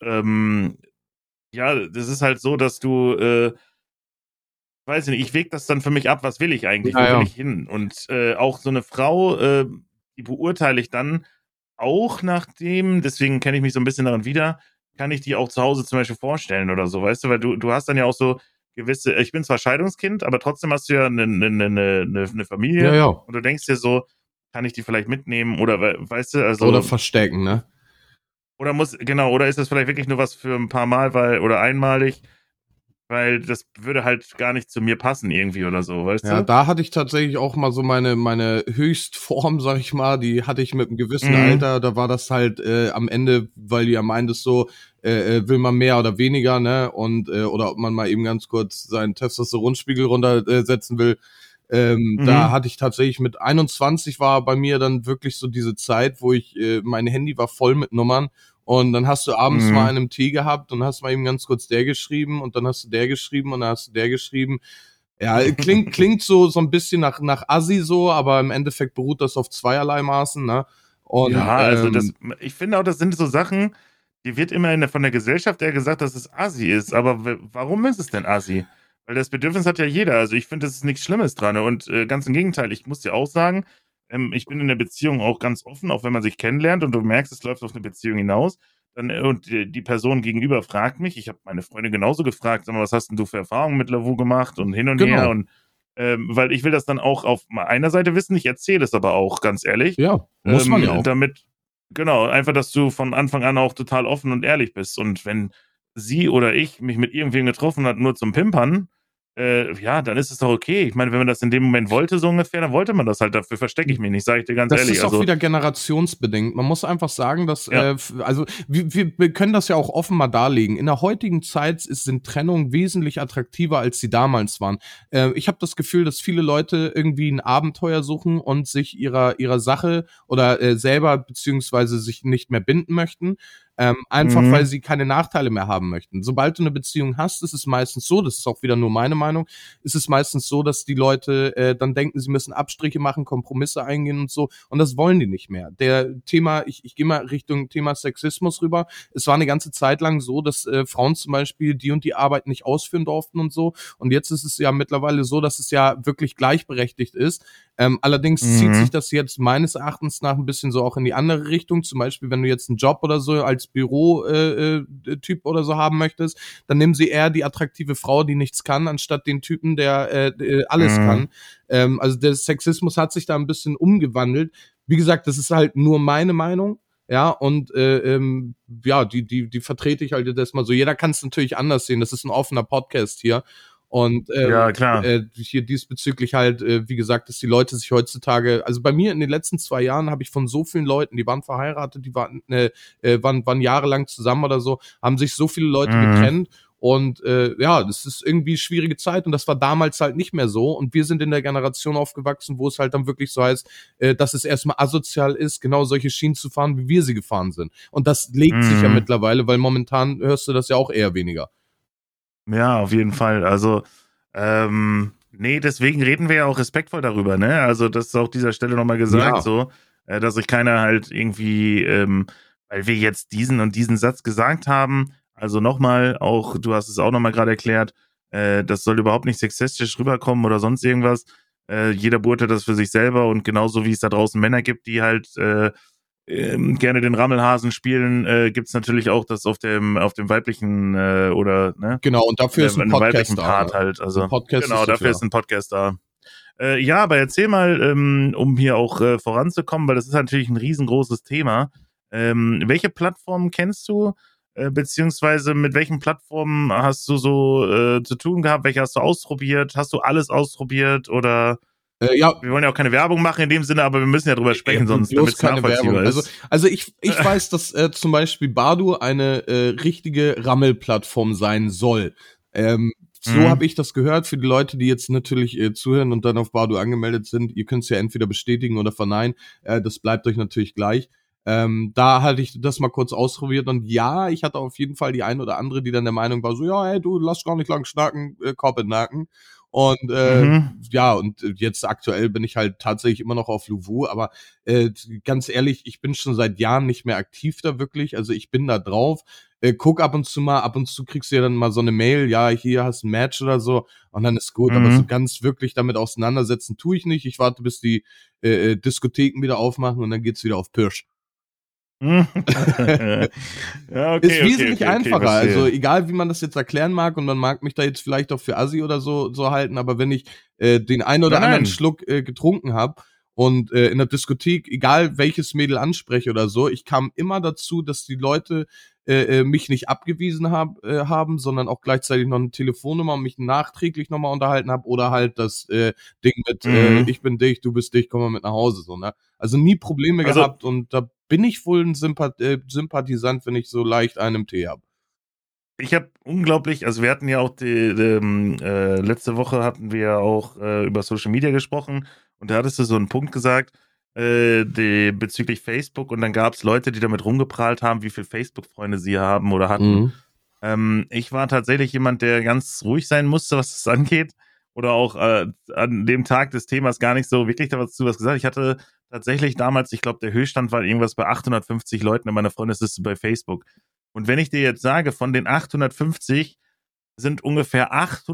ja, das ist halt so, dass du, weiß ich nicht, ich wege das dann für mich ab, was will ich eigentlich, Ja, wo will ja. ich hin? Und auch so eine Frau, die beurteile ich dann auch nach dem, deswegen kenne ich mich so ein bisschen daran wieder, kann ich die auch zu Hause zum Beispiel vorstellen oder so, weißt du, weil du hast dann ja auch so gewisse, ich bin zwar Scheidungskind, aber trotzdem hast du ja eine Ja, Familie ja. und du denkst dir so, kann ich die vielleicht mitnehmen oder weißt du, Oder also verstecken, ne? oder oder ist das vielleicht wirklich nur was für ein paar Mal, oder einmalig, weil das würde halt gar nicht zu mir passen irgendwie oder so, weißt Ja, du? da hatte ich tatsächlich auch mal so meine Höchstform, sag ich mal, die hatte ich mit einem gewissen Mhm. Alter. Da war das halt am Ende, weil du ja meintest so, will man mehr oder weniger, ne? Und oder ob man mal eben ganz kurz seinen Testosteronspiegel runtersetzen will. Da Mhm. hatte ich tatsächlich mit 21 war bei mir dann wirklich so diese Zeit, wo ich mein Handy war voll mit Nummern und dann hast du abends mal Mhm. einen Tee gehabt und hast mal eben ganz kurz der geschrieben und dann hast du der geschrieben und dann hast du der geschrieben. Ja, klingt so ein bisschen nach Assi so, aber im Endeffekt beruht das auf zweierlei Maßen, ne? Und, Ja, also ich finde auch, das sind so Sachen, die wird immer von der Gesellschaft eher gesagt, dass es Assi ist. Aber warum ist es denn Assi? Weil das Bedürfnis hat ja jeder. Also ich finde, das ist nichts Schlimmes dran. Und ganz im Gegenteil, ich muss dir auch sagen, ich bin in der Beziehung auch ganz offen, auch wenn man sich kennenlernt und du merkst, es läuft auf eine Beziehung hinaus. Dann, und die Person gegenüber fragt mich, ich habe meine Freundin genauso gefragt, sag mal, was hast denn du für Erfahrungen mit Lavu gemacht und hin und her genau. und weil ich will das dann auch auf einer Seite wissen, ich erzähle es aber auch, ganz ehrlich. Ja, muss man ja auch. Damit, genau, einfach, dass du von Anfang an auch total offen und ehrlich bist. Und wenn sie oder ich mich mit irgendwem getroffen hat, nur zum Pimpern, ja, dann ist es doch okay. Ich meine, wenn man das in dem Moment wollte, so ungefähr, dann wollte man das halt. Dafür verstecke ich mich nicht, sage ich dir ganz Das ehrlich. ist auch Also, wieder generationsbedingt. Man muss einfach sagen, dass, ja. also wir können das ja auch offen mal darlegen. In der heutigen Zeit sind Trennungen wesentlich attraktiver, als sie damals waren. Ich habe das Gefühl, dass viele Leute irgendwie ein Abenteuer suchen und sich ihrer Sache oder selber beziehungsweise sich nicht mehr binden möchten. Einfach weil Mhm. sie keine Nachteile mehr haben möchten. Sobald du eine Beziehung hast, ist es meistens so, das ist auch wieder nur meine Meinung, ist es meistens so, dass die Leute dann denken, sie müssen Abstriche machen, Kompromisse eingehen und so. Und das wollen die nicht mehr. Ich gehe mal Richtung Thema Sexismus rüber. Es war eine ganze Zeit lang so, dass Frauen zum Beispiel die und die Arbeit nicht ausführen durften und so. Und jetzt ist es ja mittlerweile so, dass es ja wirklich gleichberechtigt ist. Allerdings zieht sich Mhm. das jetzt meines Erachtens nach ein bisschen so auch in die andere Richtung. Zum Beispiel, wenn du jetzt einen Job oder so als Büro-Typ oder so haben möchtest, dann nehmen sie eher die attraktive Frau, die nichts kann, anstatt den Typen, der alles Mhm. kann. Also der Sexismus hat sich da ein bisschen umgewandelt. Wie gesagt, das ist halt nur meine Meinung. Ja, und ja, die vertrete ich halt jetzt erstmal so. Jeder kann es natürlich anders sehen. Das ist ein offener Podcast hier. Und Ja, klar. hier diesbezüglich halt, wie gesagt, dass die Leute sich heutzutage, also bei mir in den letzten 2 Jahren habe ich von so vielen Leuten, die waren verheiratet, waren jahrelang zusammen oder so, haben sich so viele Leute Mhm. getrennt. Und ja, das ist irgendwie eine schwierige Zeit und das war damals halt nicht mehr so. Und wir sind in der Generation aufgewachsen, wo es halt dann wirklich so heißt, dass es erstmal asozial ist, genau solche Schienen zu fahren, wie wir sie gefahren sind. Und das legt sich ja Mhm. mittlerweile, weil momentan hörst du das ja auch eher weniger. Ja, auf jeden Fall. Also, nee, deswegen reden wir ja auch respektvoll darüber, ne? Also, das ist auch dieser Stelle nochmal gesagt, Ja, so, dass sich keiner halt irgendwie, weil wir jetzt diesen und diesen Satz gesagt haben, also nochmal, auch, du hast es auch nochmal gerade erklärt, das soll überhaupt nicht sexistisch rüberkommen oder sonst irgendwas. Jeder beurteilt das für sich selber und genauso wie es da draußen Männer gibt, die halt gerne den Rammelhasen spielen, gibt's natürlich auch das auf dem weiblichen oder ne, genau. Und dafür ist in ein einem Podcast weiblichen da, Part ne? halt. Ein Also Podcast genau, ist dafür dafür ist da. ein Podcast da. Ja, aber erzähl mal, um hier auch voranzukommen, weil das ist natürlich ein riesengroßes Thema. Welche Plattformen kennst du? beziehungsweise mit welchen Plattformen hast du so zu tun gehabt? Welche hast du ausprobiert? Hast du alles ausprobiert oder? Ja. Wir wollen ja auch keine Werbung machen in dem Sinne, aber wir müssen ja drüber sprechen, sonst bloß keine Werbung. ist. Also ich weiß, dass zum Beispiel Badu eine richtige Rammelplattform sein soll. So habe ich das gehört. Für die Leute, die jetzt natürlich zuhören und dann auf Badu angemeldet sind, ihr könnt es ja entweder bestätigen oder verneinen. Das bleibt euch natürlich gleich. Da hatte ich das mal kurz ausprobiert und ja, ich hatte auf jeden Fall die ein oder andere, die dann der Meinung war, so, ja, hey, du lass gar nicht lang schnacken, Kopf in den Nacken. Und ja, und jetzt aktuell bin ich halt tatsächlich immer noch auf Luvu, aber ganz ehrlich, ich bin schon seit Jahren nicht mehr aktiv da wirklich. Also ich bin da drauf, guck ab und zu kriegst du ja dann mal so eine Mail, ja, hier hast ein Match oder so, und dann ist gut, aber so ganz wirklich damit auseinandersetzen tue ich nicht. Ich warte, bis die Diskotheken wieder aufmachen und dann geht's wieder auf Pirsch. Ja, okay, ist wesentlich einfacher. verstehe. Also egal, wie man das jetzt erklären mag, und man mag mich da jetzt vielleicht auch für Assi oder so halten, aber wenn ich den einen oder anderen Schluck getrunken habe und in der Diskothek, egal welches Mädel anspreche oder so, ich kam immer dazu, dass die Leute mich nicht abgewiesen haben, sondern auch gleichzeitig noch eine Telefonnummer und mich nachträglich nochmal unterhalten habe oder halt das Ding mit ich bin dich, du bist dich, komm mal mit nach Hause, so, ne? Also nie Probleme gehabt, und da bin ich wohl ein Sympathisant, wenn ich so leicht einen Tee habe. Ich habe unglaublich, also wir hatten ja auch letzte Woche hatten wir ja auch über Social Media gesprochen, und da hattest du so einen Punkt gesagt, bezüglich Facebook, und dann gab es Leute, die damit rumgeprahlt haben, wie viele Facebook-Freunde sie haben oder hatten. Ich war tatsächlich jemand, der ganz ruhig sein musste, was das angeht, oder auch an dem Tag des Themas gar nicht so wirklich dazu was gesagt. Ich hatte tatsächlich damals, ich glaube, der Höchststand war irgendwas bei 850 Leuten in meiner Freundesliste bei Facebook. Und wenn ich dir jetzt sage, von den 850 sind ungefähr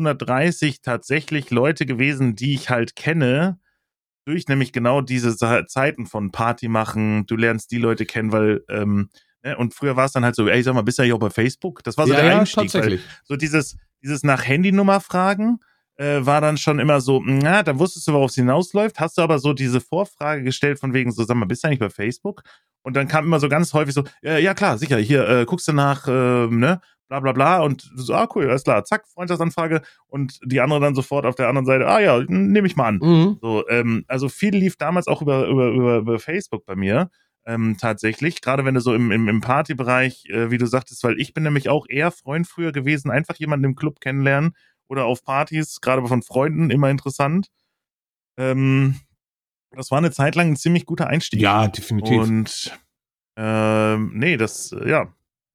830 tatsächlich Leute gewesen, die ich halt kenne, durch nämlich genau diese Zeiten von Party machen, du lernst die Leute kennen, weil, und früher war es dann halt so, ey, sag mal, bist du ja auch bei Facebook? Das war so der Einstieg. Tatsächlich. Weil so dieses nach Handynummer fragen, war dann schon immer so, na, dann wusstest du, worauf es hinausläuft, hast du aber so diese Vorfrage gestellt von wegen so, sag mal, bist du eigentlich bei Facebook? Und dann kam immer so ganz häufig so, ja klar, sicher, hier, guckst du nach, ne, bla bla bla, und so, cool, alles klar, zack, Freundschaftsanfrage, und die andere dann sofort auf der anderen Seite, ja, nehme ich mal an. So, also viel lief damals auch über Facebook bei mir, tatsächlich, gerade wenn du so im Partybereich, wie du sagtest, weil ich bin nämlich auch eher Freund früher gewesen, einfach jemanden im Club kennenlernen oder auf Partys, gerade von Freunden, immer interessant. Das war eine Zeit lang ein ziemlich guter Einstieg. Ja, definitiv. Und nee, das, ja.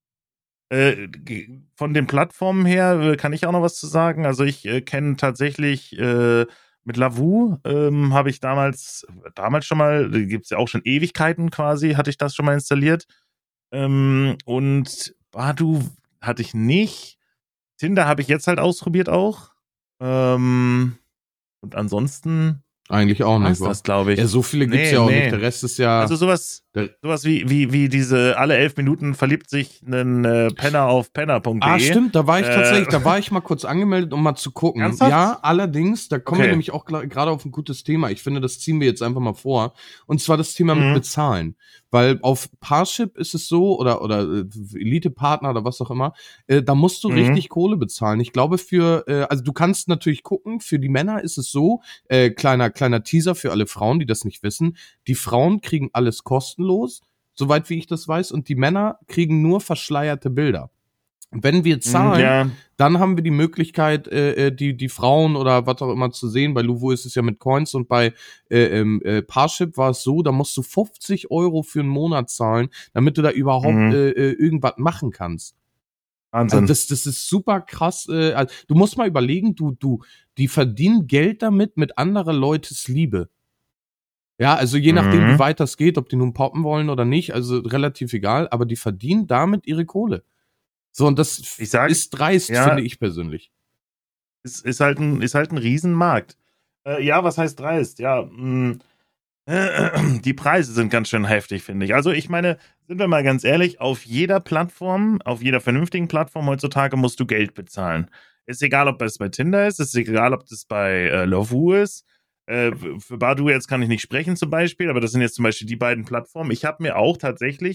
Von den Plattformen her kann ich auch noch was zu sagen. Also ich kenne tatsächlich mit Lavu habe ich damals schon mal, gibt es ja auch schon Ewigkeiten quasi, hatte ich das schon mal installiert. Und Badu hatte ich nicht. Tinder habe ich jetzt halt ausprobiert auch. Und ansonsten eigentlich auch nicht, das, glaube ich. Ja, so viele gibt's ja auch nicht. Der Rest ist ja. Also sowas wie diese alle 11 Minuten verliebt sich ein Penner auf penner.de. Ah, stimmt, da war ich tatsächlich, da war ich mal kurz angemeldet, um mal zu gucken. Ernsthaft? Ja, allerdings, da kommen wir nämlich auch gerade auf ein gutes Thema. Ich finde, das ziehen wir jetzt einfach mal vor. Und zwar das Thema mit Bezahlen. Weil auf Parship ist es so, oder Elite-Partner oder was auch immer, da musst du richtig Kohle bezahlen. Ich glaube also du kannst natürlich gucken, für die Männer ist es so, kleiner Teaser für alle Frauen, die das nicht wissen, die Frauen kriegen alles kostenlos, soweit wie ich das weiß, und die Männer kriegen nur verschleierte Bilder. Wenn wir zahlen, dann haben wir die Möglichkeit, die Frauen oder was auch immer zu sehen. Bei Luvu ist es ja mit Coins, und bei Parship war es so, da musst du 50 € für einen Monat zahlen, damit du da überhaupt irgendwas machen kannst. Wahnsinn. Also das ist super krass. Also du musst mal überlegen, die verdienen Geld damit mit anderer Leutes Liebe. Ja, also je nachdem, wie weit das geht, ob die nun poppen wollen oder nicht, also relativ egal, aber die verdienen damit ihre Kohle. So, und das ist dreist, finde ich persönlich. Ist halt ein Riesenmarkt. Ja, was heißt dreist? Ja, die Preise sind ganz schön heftig, finde ich. Also ich meine, sind wir mal ganz ehrlich, auf jeder Plattform, auf jeder vernünftigen Plattform heutzutage musst du Geld bezahlen. Ist egal, ob das bei Tinder ist egal, ob das bei Lovoo ist. Für Badu jetzt kann ich nicht sprechen zum Beispiel, aber das sind jetzt zum Beispiel die beiden Plattformen. Ich habe mir auch tatsächlich,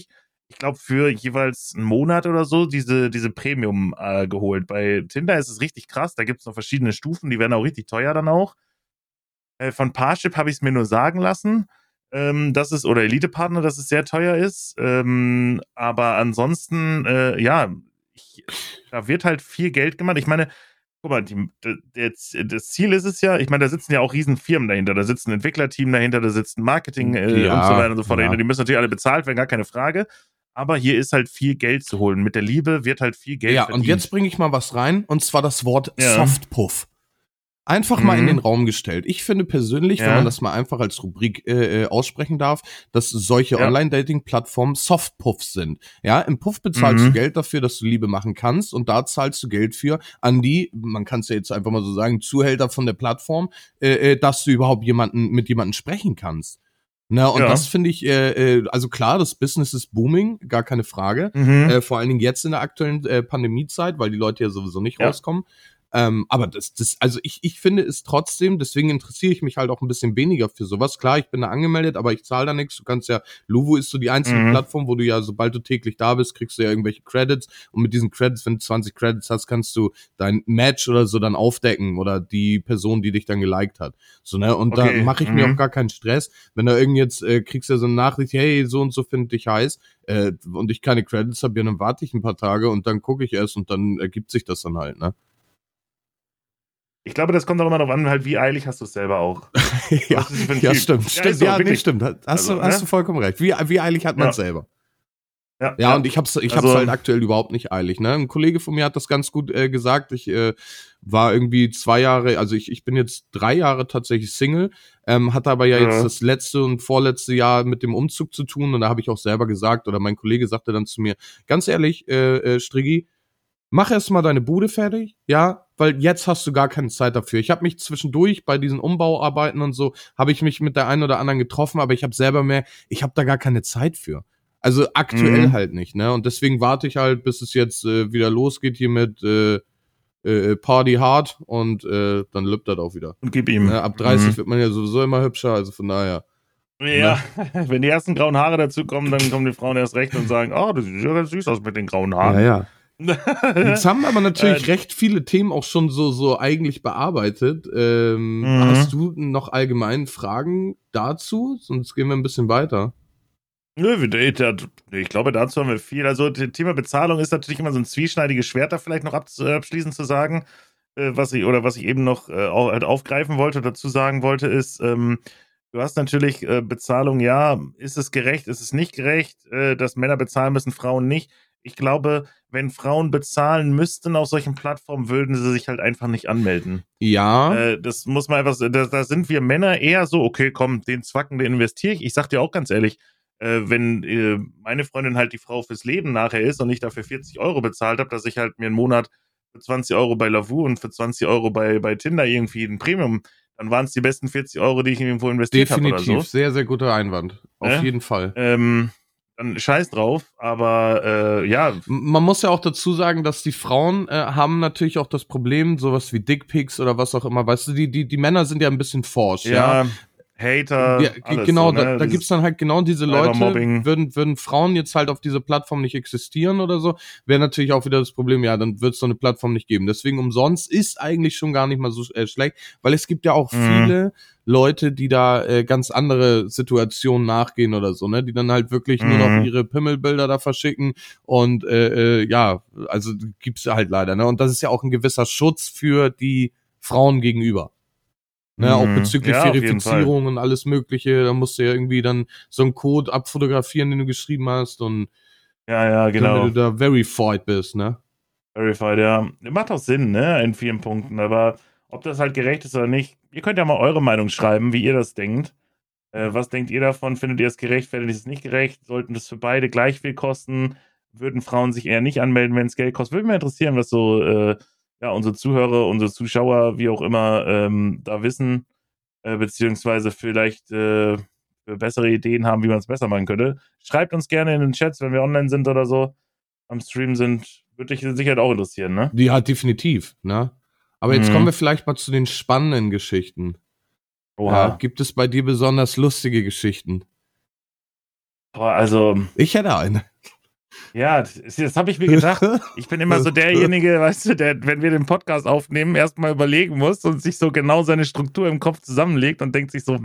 ich glaube, für jeweils einen Monat oder so diese Premium geholt. Bei Tinder ist es richtig krass, da gibt es noch verschiedene Stufen, die werden auch richtig teuer dann auch. Von Parship habe ich es mir nur sagen lassen, dass es, oder Elite-Partner, dass es sehr teuer ist. Aber ansonsten, da wird halt viel Geld gemacht. Ich meine, guck mal, das Ziel ist es ja, ich meine, da sitzen ja auch riesen Firmen dahinter, da sitzt ein Entwicklerteam dahinter, da sitzt ein Marketing und so weiter und so fort dahinter. Die müssen natürlich alle bezahlt werden, gar keine Frage. Aber hier ist halt viel Geld zu holen. Mit der Liebe wird halt viel Geld verdient. Ja, und jetzt bringe ich mal was rein, und zwar das Wort Softpuff. Einfach mal in den Raum gestellt. Ich finde persönlich, wenn man das mal einfach als Rubrik aussprechen darf, dass solche Online-Dating-Plattformen Softpuffs sind. Ja, im Puff bezahlst du Geld dafür, dass du Liebe machen kannst, und da zahlst du Geld für an die, man kann es ja jetzt einfach mal so sagen, Zuhälter von der Plattform, dass du überhaupt mit jemandem sprechen kannst. Na, und das finde ich, also klar, das Business ist booming, gar keine Frage. Vor allen Dingen jetzt in der aktuellen Pandemiezeit, weil die Leute ja sowieso nicht rauskommen. Aber also ich finde es trotzdem, deswegen interessiere ich mich halt auch ein bisschen weniger für sowas. Klar, ich bin da angemeldet, aber ich zahle da nichts. Du kannst ja, Luvo ist so die einzige Plattform, wo du ja, sobald du täglich da bist, kriegst du ja irgendwelche Credits. Und mit diesen Credits, wenn du 20 Credits hast, kannst du dein Match oder so dann aufdecken oder die Person, die dich dann geliked hat. So, ne? Und da mache ich mir auch gar keinen Stress. Wenn da jetzt kriegst du ja so eine Nachricht, hey, so und so finde ich heiß, und ich keine Credits habe, ja, dann warte ich ein paar Tage und dann gucke ich erst und dann ergibt sich das dann halt, ne? Ich glaube, das kommt auch immer darauf an, halt, wie eilig hast du es selber auch. Ja, stimmt. Ja, nee, stimmt. Hast du vollkommen recht. Wie eilig hat man es selber? Ja, und ich hab's halt aktuell überhaupt nicht eilig, ne? Ein Kollege von mir hat das ganz gut gesagt. Ich war irgendwie 2 Jahre, also ich bin jetzt 3 Jahre tatsächlich Single, hatte aber jetzt das letzte und vorletzte Jahr mit dem Umzug zu tun, und da habe ich auch selber gesagt, oder mein Kollege sagte dann zu mir, ganz ehrlich, Striggi, mach erst mal deine Bude fertig, ja, weil jetzt hast du gar keine Zeit dafür. Ich habe mich zwischendurch bei diesen Umbauarbeiten und so, habe ich mich mit der einen oder anderen getroffen, aber ich habe da gar keine Zeit für. Also aktuell halt nicht, ne? Und deswegen warte ich halt, bis es jetzt wieder losgeht hier mit Party Hard, und dann lübt das auch wieder. Und gib ihm. Ab 30 wird man ja sowieso immer hübscher, also von daher. Ja, wenn die ersten grauen Haare dazukommen, dann kommen die Frauen erst recht und sagen, oh, das sieht ja ganz süß aus mit den grauen Haaren. Ja. Jetzt haben aber natürlich recht viele Themen auch schon so eigentlich bearbeitet. Hast du noch allgemein Fragen dazu? Sonst gehen wir ein bisschen weiter. Nö, ich glaube, dazu haben wir viel. Also, das Thema Bezahlung ist natürlich immer so ein zwieschneidiges Schwert, da vielleicht noch abschließend zu sagen. Was ich eben noch halt aufgreifen wollte, dazu sagen wollte, ist, du hast natürlich Bezahlung, ja, ist es gerecht, ist es nicht gerecht, dass Männer bezahlen müssen, Frauen nicht. Ich glaube, wenn Frauen bezahlen müssten auf solchen Plattformen, würden sie sich halt einfach nicht anmelden. Ja. Das muss man einfach, da sind wir Männer eher so, okay, komm, den Zwacken, den investiere ich. Ich sag dir auch ganz ehrlich, wenn meine Freundin halt die Frau fürs Leben nachher ist und ich dafür 40 € bezahlt habe, dass ich halt mir einen Monat für 20 € bei Lavu und für 20 € bei Tinder irgendwie ein Premium, dann waren es die besten 40 €, die ich irgendwo investiert habe oder so. Definitiv, sehr, sehr guter Einwand. Auf jeden Fall. Dann scheiß drauf, aber ja. Man muss ja auch dazu sagen, dass die Frauen haben natürlich auch das Problem, sowas wie Dickpics oder was auch immer, weißt du, die Männer sind ja ein bisschen forsch, ja. Hater, ja, alles genau, so, ne? da gibt's dann halt genau diese Leute, würden Frauen jetzt halt auf dieser Plattform nicht existieren oder so, wäre natürlich auch wieder das Problem, ja, dann wird's so eine Plattform nicht geben. Deswegen umsonst ist eigentlich schon gar nicht mal so schlecht, weil es gibt ja auch viele Leute, die da ganz andere Situationen nachgehen oder so, ne, die dann halt wirklich nur noch ihre Pimmelbilder da verschicken und ja, also gibt's halt leider, ne, und das ist ja auch ein gewisser Schutz für die Frauen gegenüber. Ne, auch bezüglich Verifizierung und alles Mögliche, da musst du ja irgendwie dann so einen Code abfotografieren, den du geschrieben hast, und ja, genau, damit du da verified bist, ne? Verified, ja. Macht auch Sinn, ne, in vielen Punkten, aber ob das halt gerecht ist oder nicht, ihr könnt ja mal eure Meinung schreiben, wie ihr das denkt. Was denkt ihr davon? Findet ihr es gerechtfertigt? Ist es nicht gerecht? Sollten das für beide gleich viel kosten? Würden Frauen sich eher nicht anmelden, wenn es Geld kostet? Würde mich interessieren, was so unsere Zuhörer, unsere Zuschauer, wie auch immer, da wissen, beziehungsweise vielleicht für bessere Ideen haben, wie man es besser machen könnte. Schreibt uns gerne in den Chats, wenn wir online sind oder so, am Stream sind. Würde dich sicher auch interessieren, ne? Ja, definitiv, ne? Aber jetzt kommen wir vielleicht mal zu den spannenden Geschichten. Oha. Ja, gibt es bei dir besonders lustige Geschichten? Boah, also. Ich hätte eine. Ja, das habe ich mir gedacht. Ich bin immer so derjenige, weißt du, der, wenn wir den Podcast aufnehmen, erstmal überlegen muss und sich so genau seine Struktur im Kopf zusammenlegt und denkt sich so,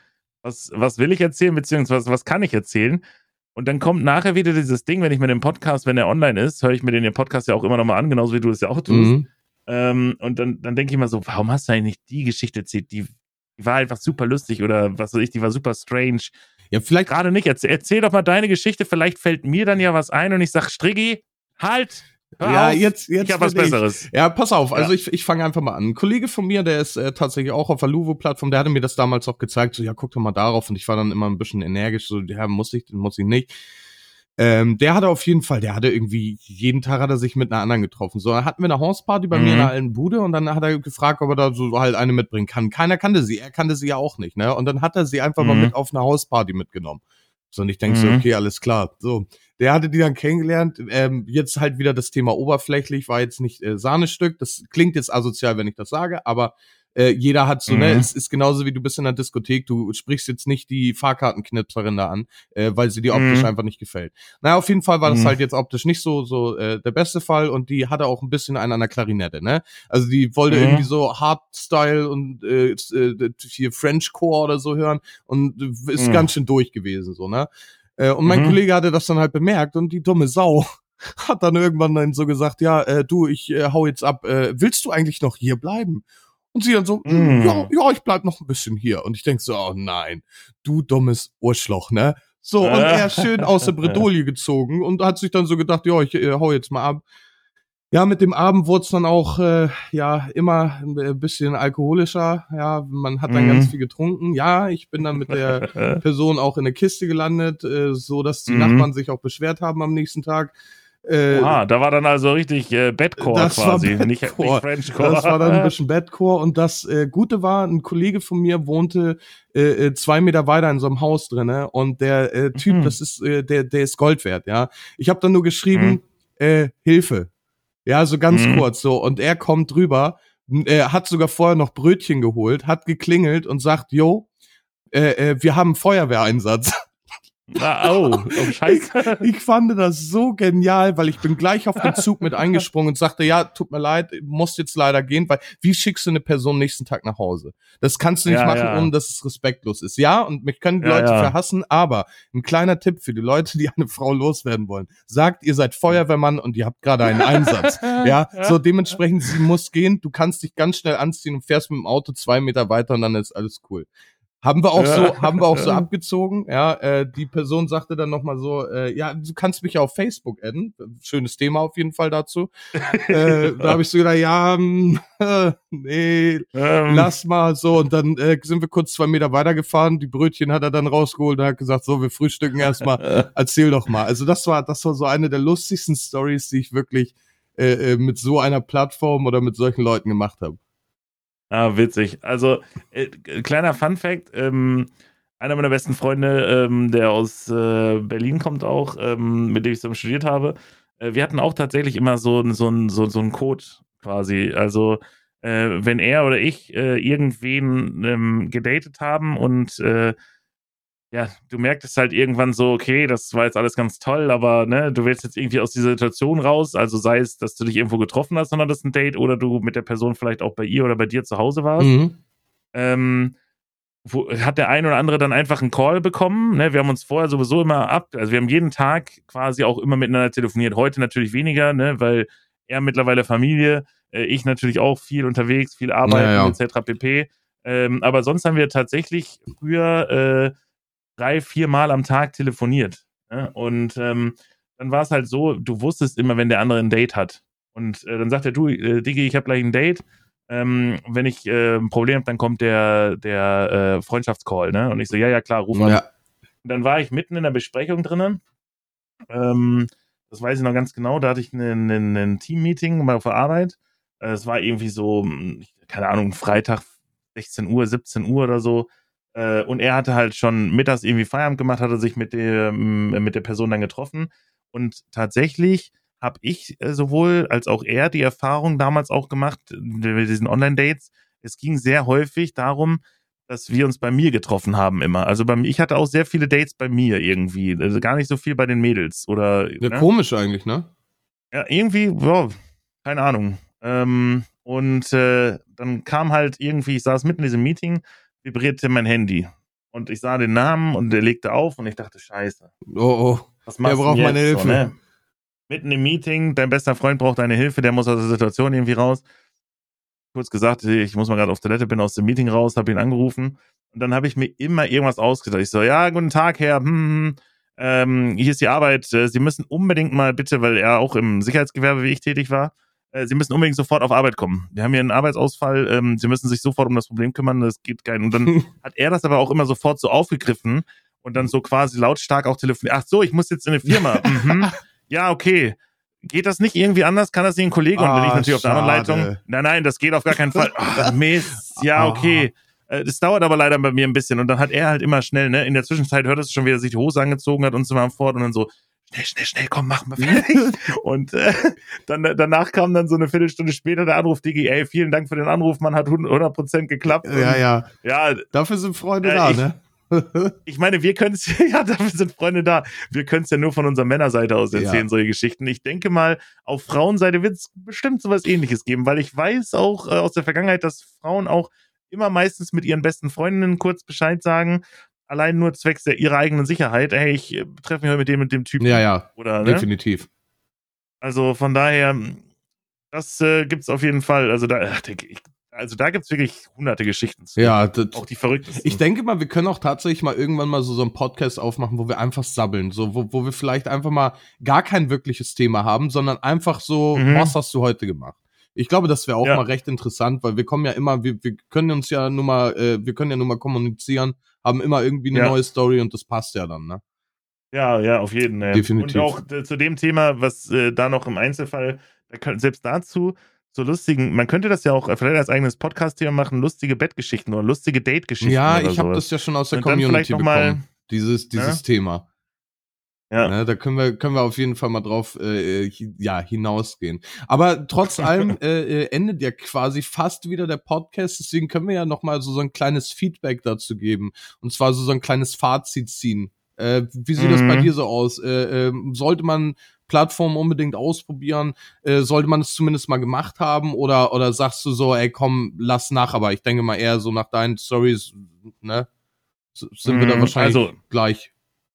was will ich erzählen, beziehungsweise was kann ich erzählen? Und dann kommt nachher wieder dieses Ding, wenn ich mir den Podcast, wenn er online ist, höre ich mir den Podcast ja auch immer nochmal an, genauso wie du es ja auch tust. Und dann denke ich immer so, warum hast du eigentlich nicht die Geschichte erzählt? Die war einfach super lustig oder was weiß ich, die war super strange. Ja, vielleicht gerade nicht. Erzähl doch mal deine Geschichte, vielleicht fällt mir dann ja was ein und ich sag, Striggi, halt! Hör auf, jetzt ich hab was Besseres. Ja, pass auf, also ich fange einfach mal an. Ein Kollege von mir, der ist tatsächlich auch auf der Luvo-Plattform, der hatte mir das damals auch gezeigt, so, ja, guck doch mal darauf, und ich war dann immer ein bisschen energisch, so, ja, muss ich nicht. Der hatte auf jeden Fall, der hatte irgendwie, jeden Tag hat er sich mit einer anderen getroffen. So, dann hatten wir eine Hausparty bei mir in einer alten Bude und dann hat er gefragt, ob er da so halt eine mitbringen kann. Keiner kannte sie, er kannte sie ja auch nicht, ne? Und dann hat er sie einfach mal mit auf eine Hausparty mitgenommen. So, und ich denke so, okay, alles klar. So, der hatte die dann kennengelernt. Jetzt halt wieder das Thema oberflächlich, war jetzt nicht Sahnestück. Das klingt jetzt asozial, wenn ich das sage, aber jeder hat so, ne, es ist genauso wie du bist in der Diskothek, du sprichst jetzt nicht die Fahrkartenknipserin da an, weil sie dir optisch einfach nicht gefällt. Naja, auf jeden Fall war das halt jetzt optisch nicht so der beste Fall, und die hatte auch ein bisschen einen an der Klarinette, ne? Also die wollte irgendwie so Hardstyle und hier Frenchcore oder so hören und ist ganz schön durch gewesen, so, ne? Und mein Kollege hatte das dann halt bemerkt, und die dumme Sau hat dann irgendwann dann so gesagt, ja, du, ich hau jetzt ab, willst du eigentlich noch hier bleiben? Und sie dann so, ja, ich bleib noch ein bisschen hier. Und ich denk so, oh nein, du dummes Urschloch, ne? So, und er schön aus der Bredouille gezogen und hat sich dann so gedacht, ja, ich hau jetzt mal ab. Ja, mit dem Abend wurde es dann auch, ja, immer ein bisschen alkoholischer. Ja, man hat dann ganz viel getrunken. Ja, ich bin dann mit der Person auch in der Kiste gelandet, so dass die Nachbarn sich auch beschwert haben am nächsten Tag. Da war dann also richtig Bedcore quasi, nicht Frenchcore. Das war dann ein bisschen Bedcore, und das Gute war, ein Kollege von mir wohnte 2 Meter weiter in so einem Haus drinne, und der Typ, das ist der ist Gold wert, ja. Ich habe dann nur geschrieben, Hilfe. Ja, so ganz kurz so, und er kommt drüber, hat sogar vorher noch Brötchen geholt, hat geklingelt und sagt, jo, wir haben einen Feuerwehreinsatz. Scheiße. Ich fand das so genial, weil ich bin gleich auf den Zug mit eingesprungen und sagte, ja, tut mir leid, musst jetzt leider gehen, weil wie schickst du eine Person nächsten Tag nach Hause? Das kannst du nicht machen, ohne dass es respektlos ist. Ja, und mich können die Leute verhassen, aber ein kleiner Tipp für die Leute, die eine Frau loswerden wollen. Sagt, ihr seid Feuerwehrmann und ihr habt gerade einen Einsatz. Ja, so dementsprechend, sie muss gehen, du kannst dich ganz schnell anziehen und fährst mit dem Auto 2 Meter weiter und dann ist alles cool. Haben wir auch so abgezogen, ja, die Person sagte dann nochmal so, ja, du kannst mich ja auf Facebook adden, schönes Thema auf jeden Fall dazu. Da habe ich so gedacht, ja, nee, lass mal so, und dann sind wir kurz 2 Meter weitergefahren, die Brötchen hat er dann rausgeholt und hat gesagt, so, wir frühstücken erstmal, erzähl doch mal. Also das war so eine der lustigsten Stories, die ich wirklich mit so einer Plattform oder mit solchen Leuten gemacht habe. Ah, witzig. Also, kleiner Funfact, einer meiner besten Freunde, der aus Berlin kommt auch, mit dem ich zusammen studiert habe, wir hatten auch tatsächlich immer so einen Code quasi. Also, wenn er oder ich irgendwen gedatet haben und ja, du merktest halt irgendwann so, okay, das war jetzt alles ganz toll, aber ne, du willst jetzt irgendwie aus dieser Situation raus, also sei es, dass du dich irgendwo getroffen hast, sondern das ist ein Date, oder du mit der Person vielleicht auch bei ihr oder bei dir zu Hause warst. Hat der ein oder andere dann einfach einen Call bekommen, ne? Wir haben uns vorher sowieso immer also wir haben jeden Tag quasi auch immer miteinander telefoniert, heute natürlich weniger, ne, weil er mittlerweile Familie, ich natürlich auch viel unterwegs, viel arbeiten, etc. pp. Aber sonst haben wir tatsächlich früher 3-4 Mal am Tag telefoniert. Ne? Und dann war es halt so, du wusstest immer, wenn der andere ein Date hat. Und dann sagt er, du, Diggi, ich habe gleich ein Date. Wenn ich ein Problem habe, dann kommt der Freundschaftscall. Ne? Und ich so, ja, klar, ruf an. Und dann war ich mitten in der Besprechung drinnen. Das weiß ich noch ganz genau. Da hatte ich ein Team-Meeting mal auf der Arbeit. Es war irgendwie so, keine Ahnung, Freitag 16 Uhr, 17 Uhr oder so. Und er hatte halt schon mittags irgendwie Feierabend gemacht, hatte sich mit der Person dann getroffen. Und tatsächlich habe ich sowohl als auch er die Erfahrung damals auch gemacht, mit diesen Online-Dates. Es ging sehr häufig darum, dass wir uns bei mir getroffen haben immer. Also ich hatte auch sehr viele Dates bei mir irgendwie. Also gar nicht so viel bei den Mädels. Oder, ja, ne? Komisch eigentlich, ne? Ja, irgendwie, keine Ahnung. Dann kam halt irgendwie, ich saß mitten in diesem Meeting, vibrierte mein Handy. Und ich sah den Namen und der legte auf und ich dachte, scheiße. Oh. Was machst du braucht jetzt? Meine Hilfe. So, ne? Mitten im Meeting, dein bester Freund braucht deine Hilfe, der muss aus der Situation irgendwie raus. Kurz gesagt, ich muss mal gerade auf Toilette, bin aus dem Meeting raus, habe ihn angerufen und dann habe ich mir immer irgendwas ausgedacht. Ich so, ja, guten Tag, Herr, hier ist die Arbeit. Sie müssen unbedingt mal bitte, weil er auch im Sicherheitsgewerbe wie ich tätig war, Sie müssen unbedingt sofort auf Arbeit kommen. Wir haben hier einen Arbeitsausfall, Sie müssen sich sofort um das Problem kümmern, das geht gar nicht. Und dann hat er das aber auch immer sofort so aufgegriffen und dann so quasi lautstark auch telefoniert. Ach so, ich muss jetzt in eine Firma. Ja, okay. Geht das nicht irgendwie anders? Kann das nicht ein Kollege? Und bin ich natürlich auf der anderen Leitung. Nein, das geht auf gar keinen Fall. Ach, Mist. Ja, okay. Das dauert aber leider bei mir ein bisschen. Und dann hat er halt immer schnell, ne? In der Zwischenzeit hört es schon, wie er sich die Hose angezogen hat und so weiter fort. Und dann so, schnell, komm, machen wir fertig. Und danach kam dann so eine Viertelstunde später der Anruf, Digi, ey, vielen Dank für den Anruf, man hat 100% geklappt. Ja. Dafür sind Freunde da, ne? Ich meine, wir können es, ja, dafür sind Freunde da. Wir können es ja nur von unserer Männerseite aus erzählen, solche Geschichten. Ich denke mal, auf Frauenseite wird es bestimmt sowas Ähnliches geben, weil ich weiß auch aus der Vergangenheit, dass Frauen auch immer meistens mit ihren besten Freundinnen kurz Bescheid sagen, allein nur zwecks ihrer eigenen Sicherheit. Hey, ich treffe mich heute mit dem Typen. Ja, oder, definitiv. Ne? Also von daher, das gibt's auf jeden Fall. Also da gibt es wirklich hunderte Geschichten zu. Ja, auch die verrücktesten. Ich denke mal, wir können auch tatsächlich mal irgendwann mal so einen Podcast aufmachen, wo wir einfach sabbeln. So, wo wir vielleicht einfach mal gar kein wirkliches Thema haben, sondern einfach so, was hast du heute gemacht? Ich glaube, das wäre auch mal recht interessant, weil wir kommen ja immer, wir können ja nur mal kommunizieren, haben immer irgendwie eine neue Story und das passt ja dann, ne? Ja, auf jeden Fall. Definitiv. Und auch zu dem Thema, was da noch im Einzelfall, selbst dazu, so lustigen, man könnte das ja auch vielleicht als eigenes Podcast-Thema machen, lustige Bettgeschichten oder lustige Date-Geschichten. Ja, ich habe das ja schon aus der Community bekommen, dieses Thema. Ja. Ne, da können wir auf jeden Fall mal drauf hinausgehen. Aber trotz allem endet ja quasi fast wieder der Podcast, deswegen können wir ja noch mal so ein kleines Feedback dazu geben. Und zwar so ein kleines Fazit ziehen. Wie sieht das bei dir so aus? Sollte man Plattformen unbedingt ausprobieren? Sollte man es zumindest mal gemacht haben? Oder sagst du so, ey komm, lass nach, aber ich denke mal eher so nach deinen Stories, ne? Sind wir da wahrscheinlich gleich.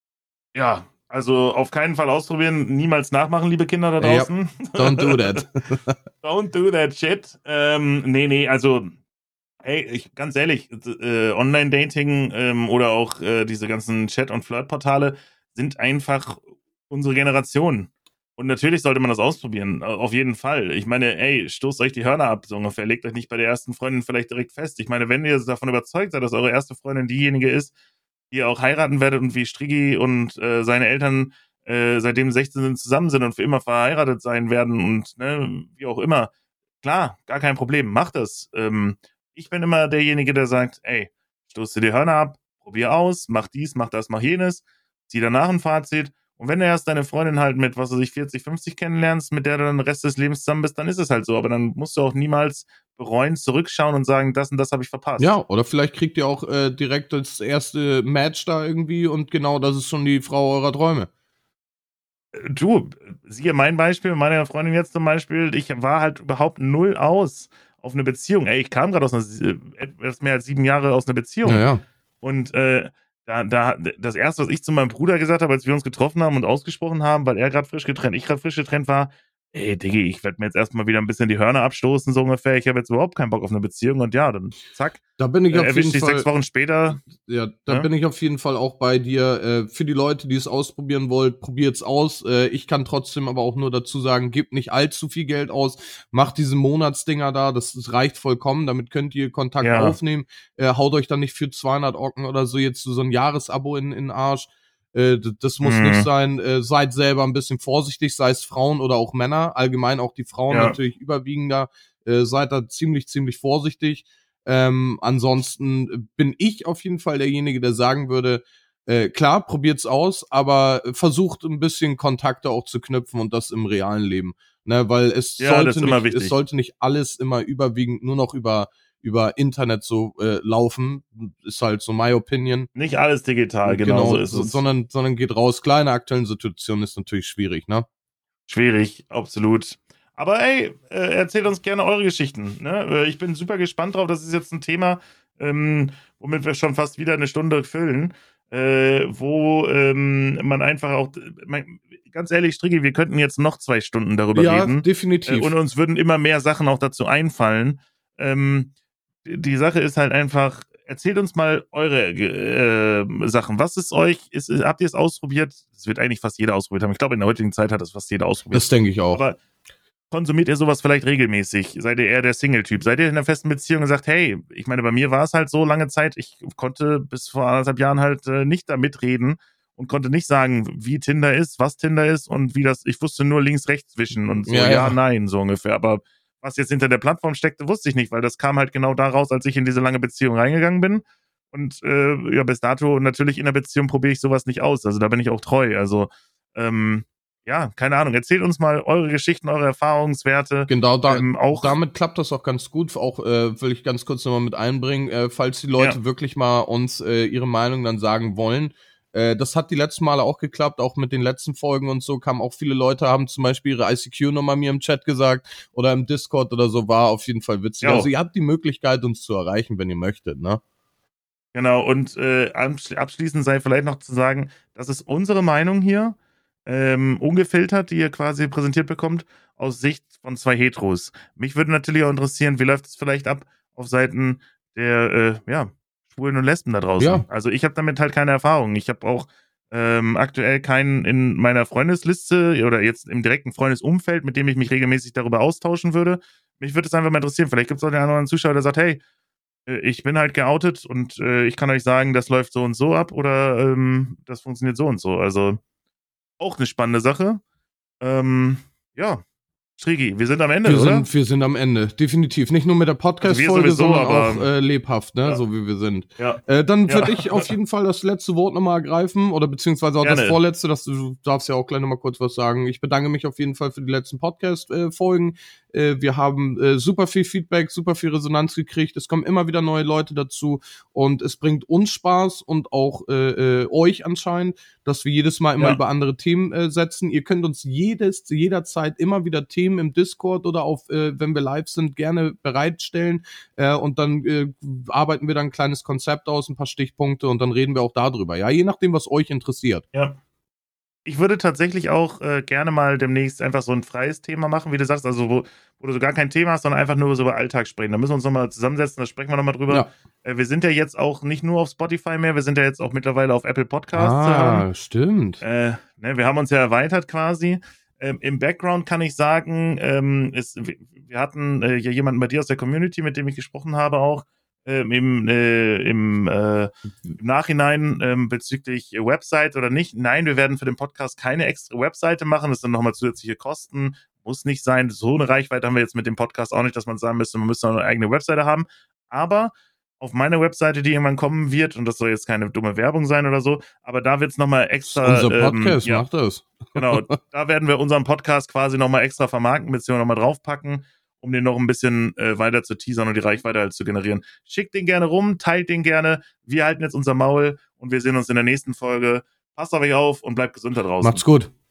Ja, also auf keinen Fall ausprobieren, niemals nachmachen, liebe Kinder da draußen. Yep. Don't do that. Don't do that shit. Nee, also hey, ganz ehrlich, Online-Dating oder auch diese ganzen Chat- und Flirt-Portale sind einfach unsere Generation. Und natürlich sollte man das ausprobieren, auf jeden Fall. Ich meine, ey, stoßt euch die Hörner ab, so ungefähr. Legt euch nicht bei der ersten Freundin vielleicht direkt fest. Ich meine, wenn ihr davon überzeugt seid, dass eure erste Freundin diejenige ist, die ihr auch heiraten werdet und wie Striggi und seine Eltern seitdem 16 sind zusammen sind und für immer verheiratet sein werden und wie auch immer. Klar, gar kein Problem, macht das. Ich bin immer derjenige, der sagt, ey, stoß dir die Hörner ab, probier aus, mach dies, mach das, mach jenes, zieh danach ein Fazit. Und wenn du erst deine Freundin halt mit, 40, 50 kennenlernst, mit der du dann den Rest des Lebens zusammen bist, dann ist es halt so. Aber dann musst du auch niemals bereuen, zurückschauen und sagen, das und das habe ich verpasst. Ja, oder vielleicht kriegt ihr auch direkt das erste Match da irgendwie und genau das ist schon die Frau eurer Träume. Du, siehe mein Beispiel, meine Freundin jetzt zum Beispiel, ich war halt überhaupt null aus auf eine Beziehung. Ey, ich kam gerade aus etwas mehr als 7 Jahre aus einer Beziehung. Ja. Und das erste, was ich zu meinem Bruder gesagt habe, als wir uns getroffen haben und ausgesprochen haben, weil er gerade frisch getrennt war, ey, Diggi, ich werde mir jetzt erstmal wieder ein bisschen die Hörner abstoßen, so ungefähr. Ich habe jetzt überhaupt keinen Bock auf eine Beziehung und ja, dann zack. Da bin ich auf jeden Fall 6 Wochen später. Ja, bin ich auf jeden Fall auch bei dir. Für die Leute, die es ausprobieren wollt, probiert's aus. Ich kann trotzdem aber auch nur dazu sagen, gebt nicht allzu viel Geld aus. Macht diese Monatsdinger da, das reicht vollkommen. Damit könnt ihr Kontakt aufnehmen. Haut euch dann nicht für 200 Ocken oder so jetzt so ein Jahresabo in den Arsch. Das muss nicht sein. Seid selber ein bisschen vorsichtig, sei es Frauen oder auch Männer. Allgemein auch die Frauen natürlich überwiegender. Seid da ziemlich vorsichtig. Ansonsten bin ich auf jeden Fall derjenige, der sagen würde, klar, probiert's aus, aber versucht ein bisschen Kontakte auch zu knüpfen und das im realen Leben. Ne, weil es sollte nicht alles immer überwiegend nur noch über über Internet so laufen. Ist halt so my opinion. Nicht alles digital, genau so ist es. Sondern geht raus. Klar, in der aktuellen Situation ist natürlich schwierig, ne? Schwierig, absolut. Aber ey, erzählt uns gerne eure Geschichten. Ne? Ich bin super gespannt drauf. Das ist jetzt ein Thema, womit wir schon fast wieder eine Stunde füllen, wo man einfach auch, ganz ehrlich, Striggi, wir könnten jetzt noch 2 Stunden darüber reden. Ja, definitiv. Und uns würden immer mehr Sachen auch dazu einfallen. Die Sache ist halt einfach, erzählt uns mal eure Sachen. Was ist euch, habt ihr es ausprobiert? Das wird eigentlich fast jeder ausprobiert haben. Ich glaube, in der heutigen Zeit hat das fast jeder ausprobiert. Das denke ich auch. Aber konsumiert ihr sowas vielleicht regelmäßig? Seid ihr eher der Single-Typ? Seid ihr in einer festen Beziehung und sagt, hey, ich meine, bei mir war es halt so lange Zeit, ich konnte bis vor 1,5 Jahren halt nicht da mitreden und konnte nicht sagen, wie Tinder ist, was Tinder ist und wie das, ich wusste nur links, rechts wischen und so, ja, nein, so ungefähr. Aber was jetzt hinter der Plattform steckte, wusste ich nicht, weil das kam halt genau daraus, als ich in diese lange Beziehung reingegangen bin. Und ja, bis dato natürlich in der Beziehung probiere ich sowas nicht aus. Also da bin ich auch treu. Also ja, keine Ahnung. Erzählt uns mal eure Geschichten, eure Erfahrungswerte. Genau, damit klappt das auch ganz gut. Auch will ich ganz kurz nochmal mit einbringen, falls die Leute wirklich mal uns ihre Meinung dann sagen wollen. Das hat die letzten Male auch geklappt, auch mit den letzten Folgen und so kamen auch viele Leute, haben zum Beispiel ihre ICQ-Nummer mir im Chat gesagt oder im Discord oder so, war auf jeden Fall witzig. Also ihr habt die Möglichkeit, uns zu erreichen, wenn ihr möchtet, ne? Genau, und abschließend sei vielleicht noch zu sagen, das ist unsere Meinung hier, ungefiltert, die ihr quasi präsentiert bekommt, aus Sicht von 2 Heteros. Mich würde natürlich auch interessieren, wie läuft es vielleicht ab auf Seiten der, Schwulen und Lesben da draußen. Ja. Also ich habe damit halt keine Erfahrung. Ich habe auch aktuell keinen in meiner Freundesliste oder jetzt im direkten Freundesumfeld, mit dem ich mich regelmäßig darüber austauschen würde. Mich würde es einfach mal interessieren. Vielleicht gibt es auch den anderen Zuschauer, der sagt, hey, ich bin halt geoutet und ich kann euch sagen, das läuft so und so ab oder das funktioniert so und so. Also auch eine spannende Sache. Ja, Strigi, wir sind am Ende, oder? Wir sind am Ende, definitiv. Nicht nur mit der Podcast-Folge, sondern auch lebhaft, ne? Ja. So wie wir sind. Ja. Dann würde ich auf jeden Fall das letzte Wort nochmal ergreifen oder beziehungsweise auch das vorletzte, du darfst ja auch gleich nochmal kurz was sagen. Ich bedanke mich auf jeden Fall für die letzten Podcast-Folgen. Wir haben super viel Feedback, super viel Resonanz gekriegt. Es kommen immer wieder neue Leute dazu und es bringt uns Spaß und auch euch anscheinend, dass wir jedes Mal immer über andere Themen setzen. Ihr könnt uns jederzeit immer wieder Themen im Discord oder auf, wenn wir live sind, gerne bereitstellen und dann arbeiten wir dann ein kleines Konzept aus, ein paar Stichpunkte und dann reden wir auch darüber. Ja, je nachdem, was euch interessiert. Ja. Ich würde tatsächlich auch gerne mal demnächst einfach so ein freies Thema machen, wie du sagst, also wo du so gar kein Thema hast, sondern einfach nur so über Alltag sprechen. Da müssen wir uns nochmal zusammensetzen, da sprechen wir nochmal drüber. Ja. Wir sind ja jetzt auch nicht nur auf Spotify mehr, wir sind ja jetzt auch mittlerweile auf Apple Podcasts. Stimmt. Wir haben uns ja erweitert quasi. Im Background kann ich sagen, wir hatten hier jemanden bei dir aus der Community, mit dem ich gesprochen habe auch, im Nachhinein bezüglich Website oder nicht. Nein, wir werden für den Podcast keine extra Webseite machen. Das sind nochmal zusätzliche Kosten. Muss nicht sein. So eine Reichweite haben wir jetzt mit dem Podcast auch nicht, dass man sagen müsste, man müsste eine eigene Webseite haben. Aber auf meiner Webseite, die irgendwann kommen wird, und das soll jetzt keine dumme Werbung sein oder so, aber da wird es nochmal extra... Unser Podcast macht das. Genau, da werden wir unseren Podcast quasi nochmal extra vermarkten, beziehungsweise nochmal draufpacken, um den noch ein bisschen weiter zu teasern und die Reichweite halt zu generieren. Schickt den gerne rum, teilt den gerne. Wir halten jetzt unser Maul und wir sehen uns in der nächsten Folge. Passt auf euch auf und bleibt gesund da draußen. Macht's gut.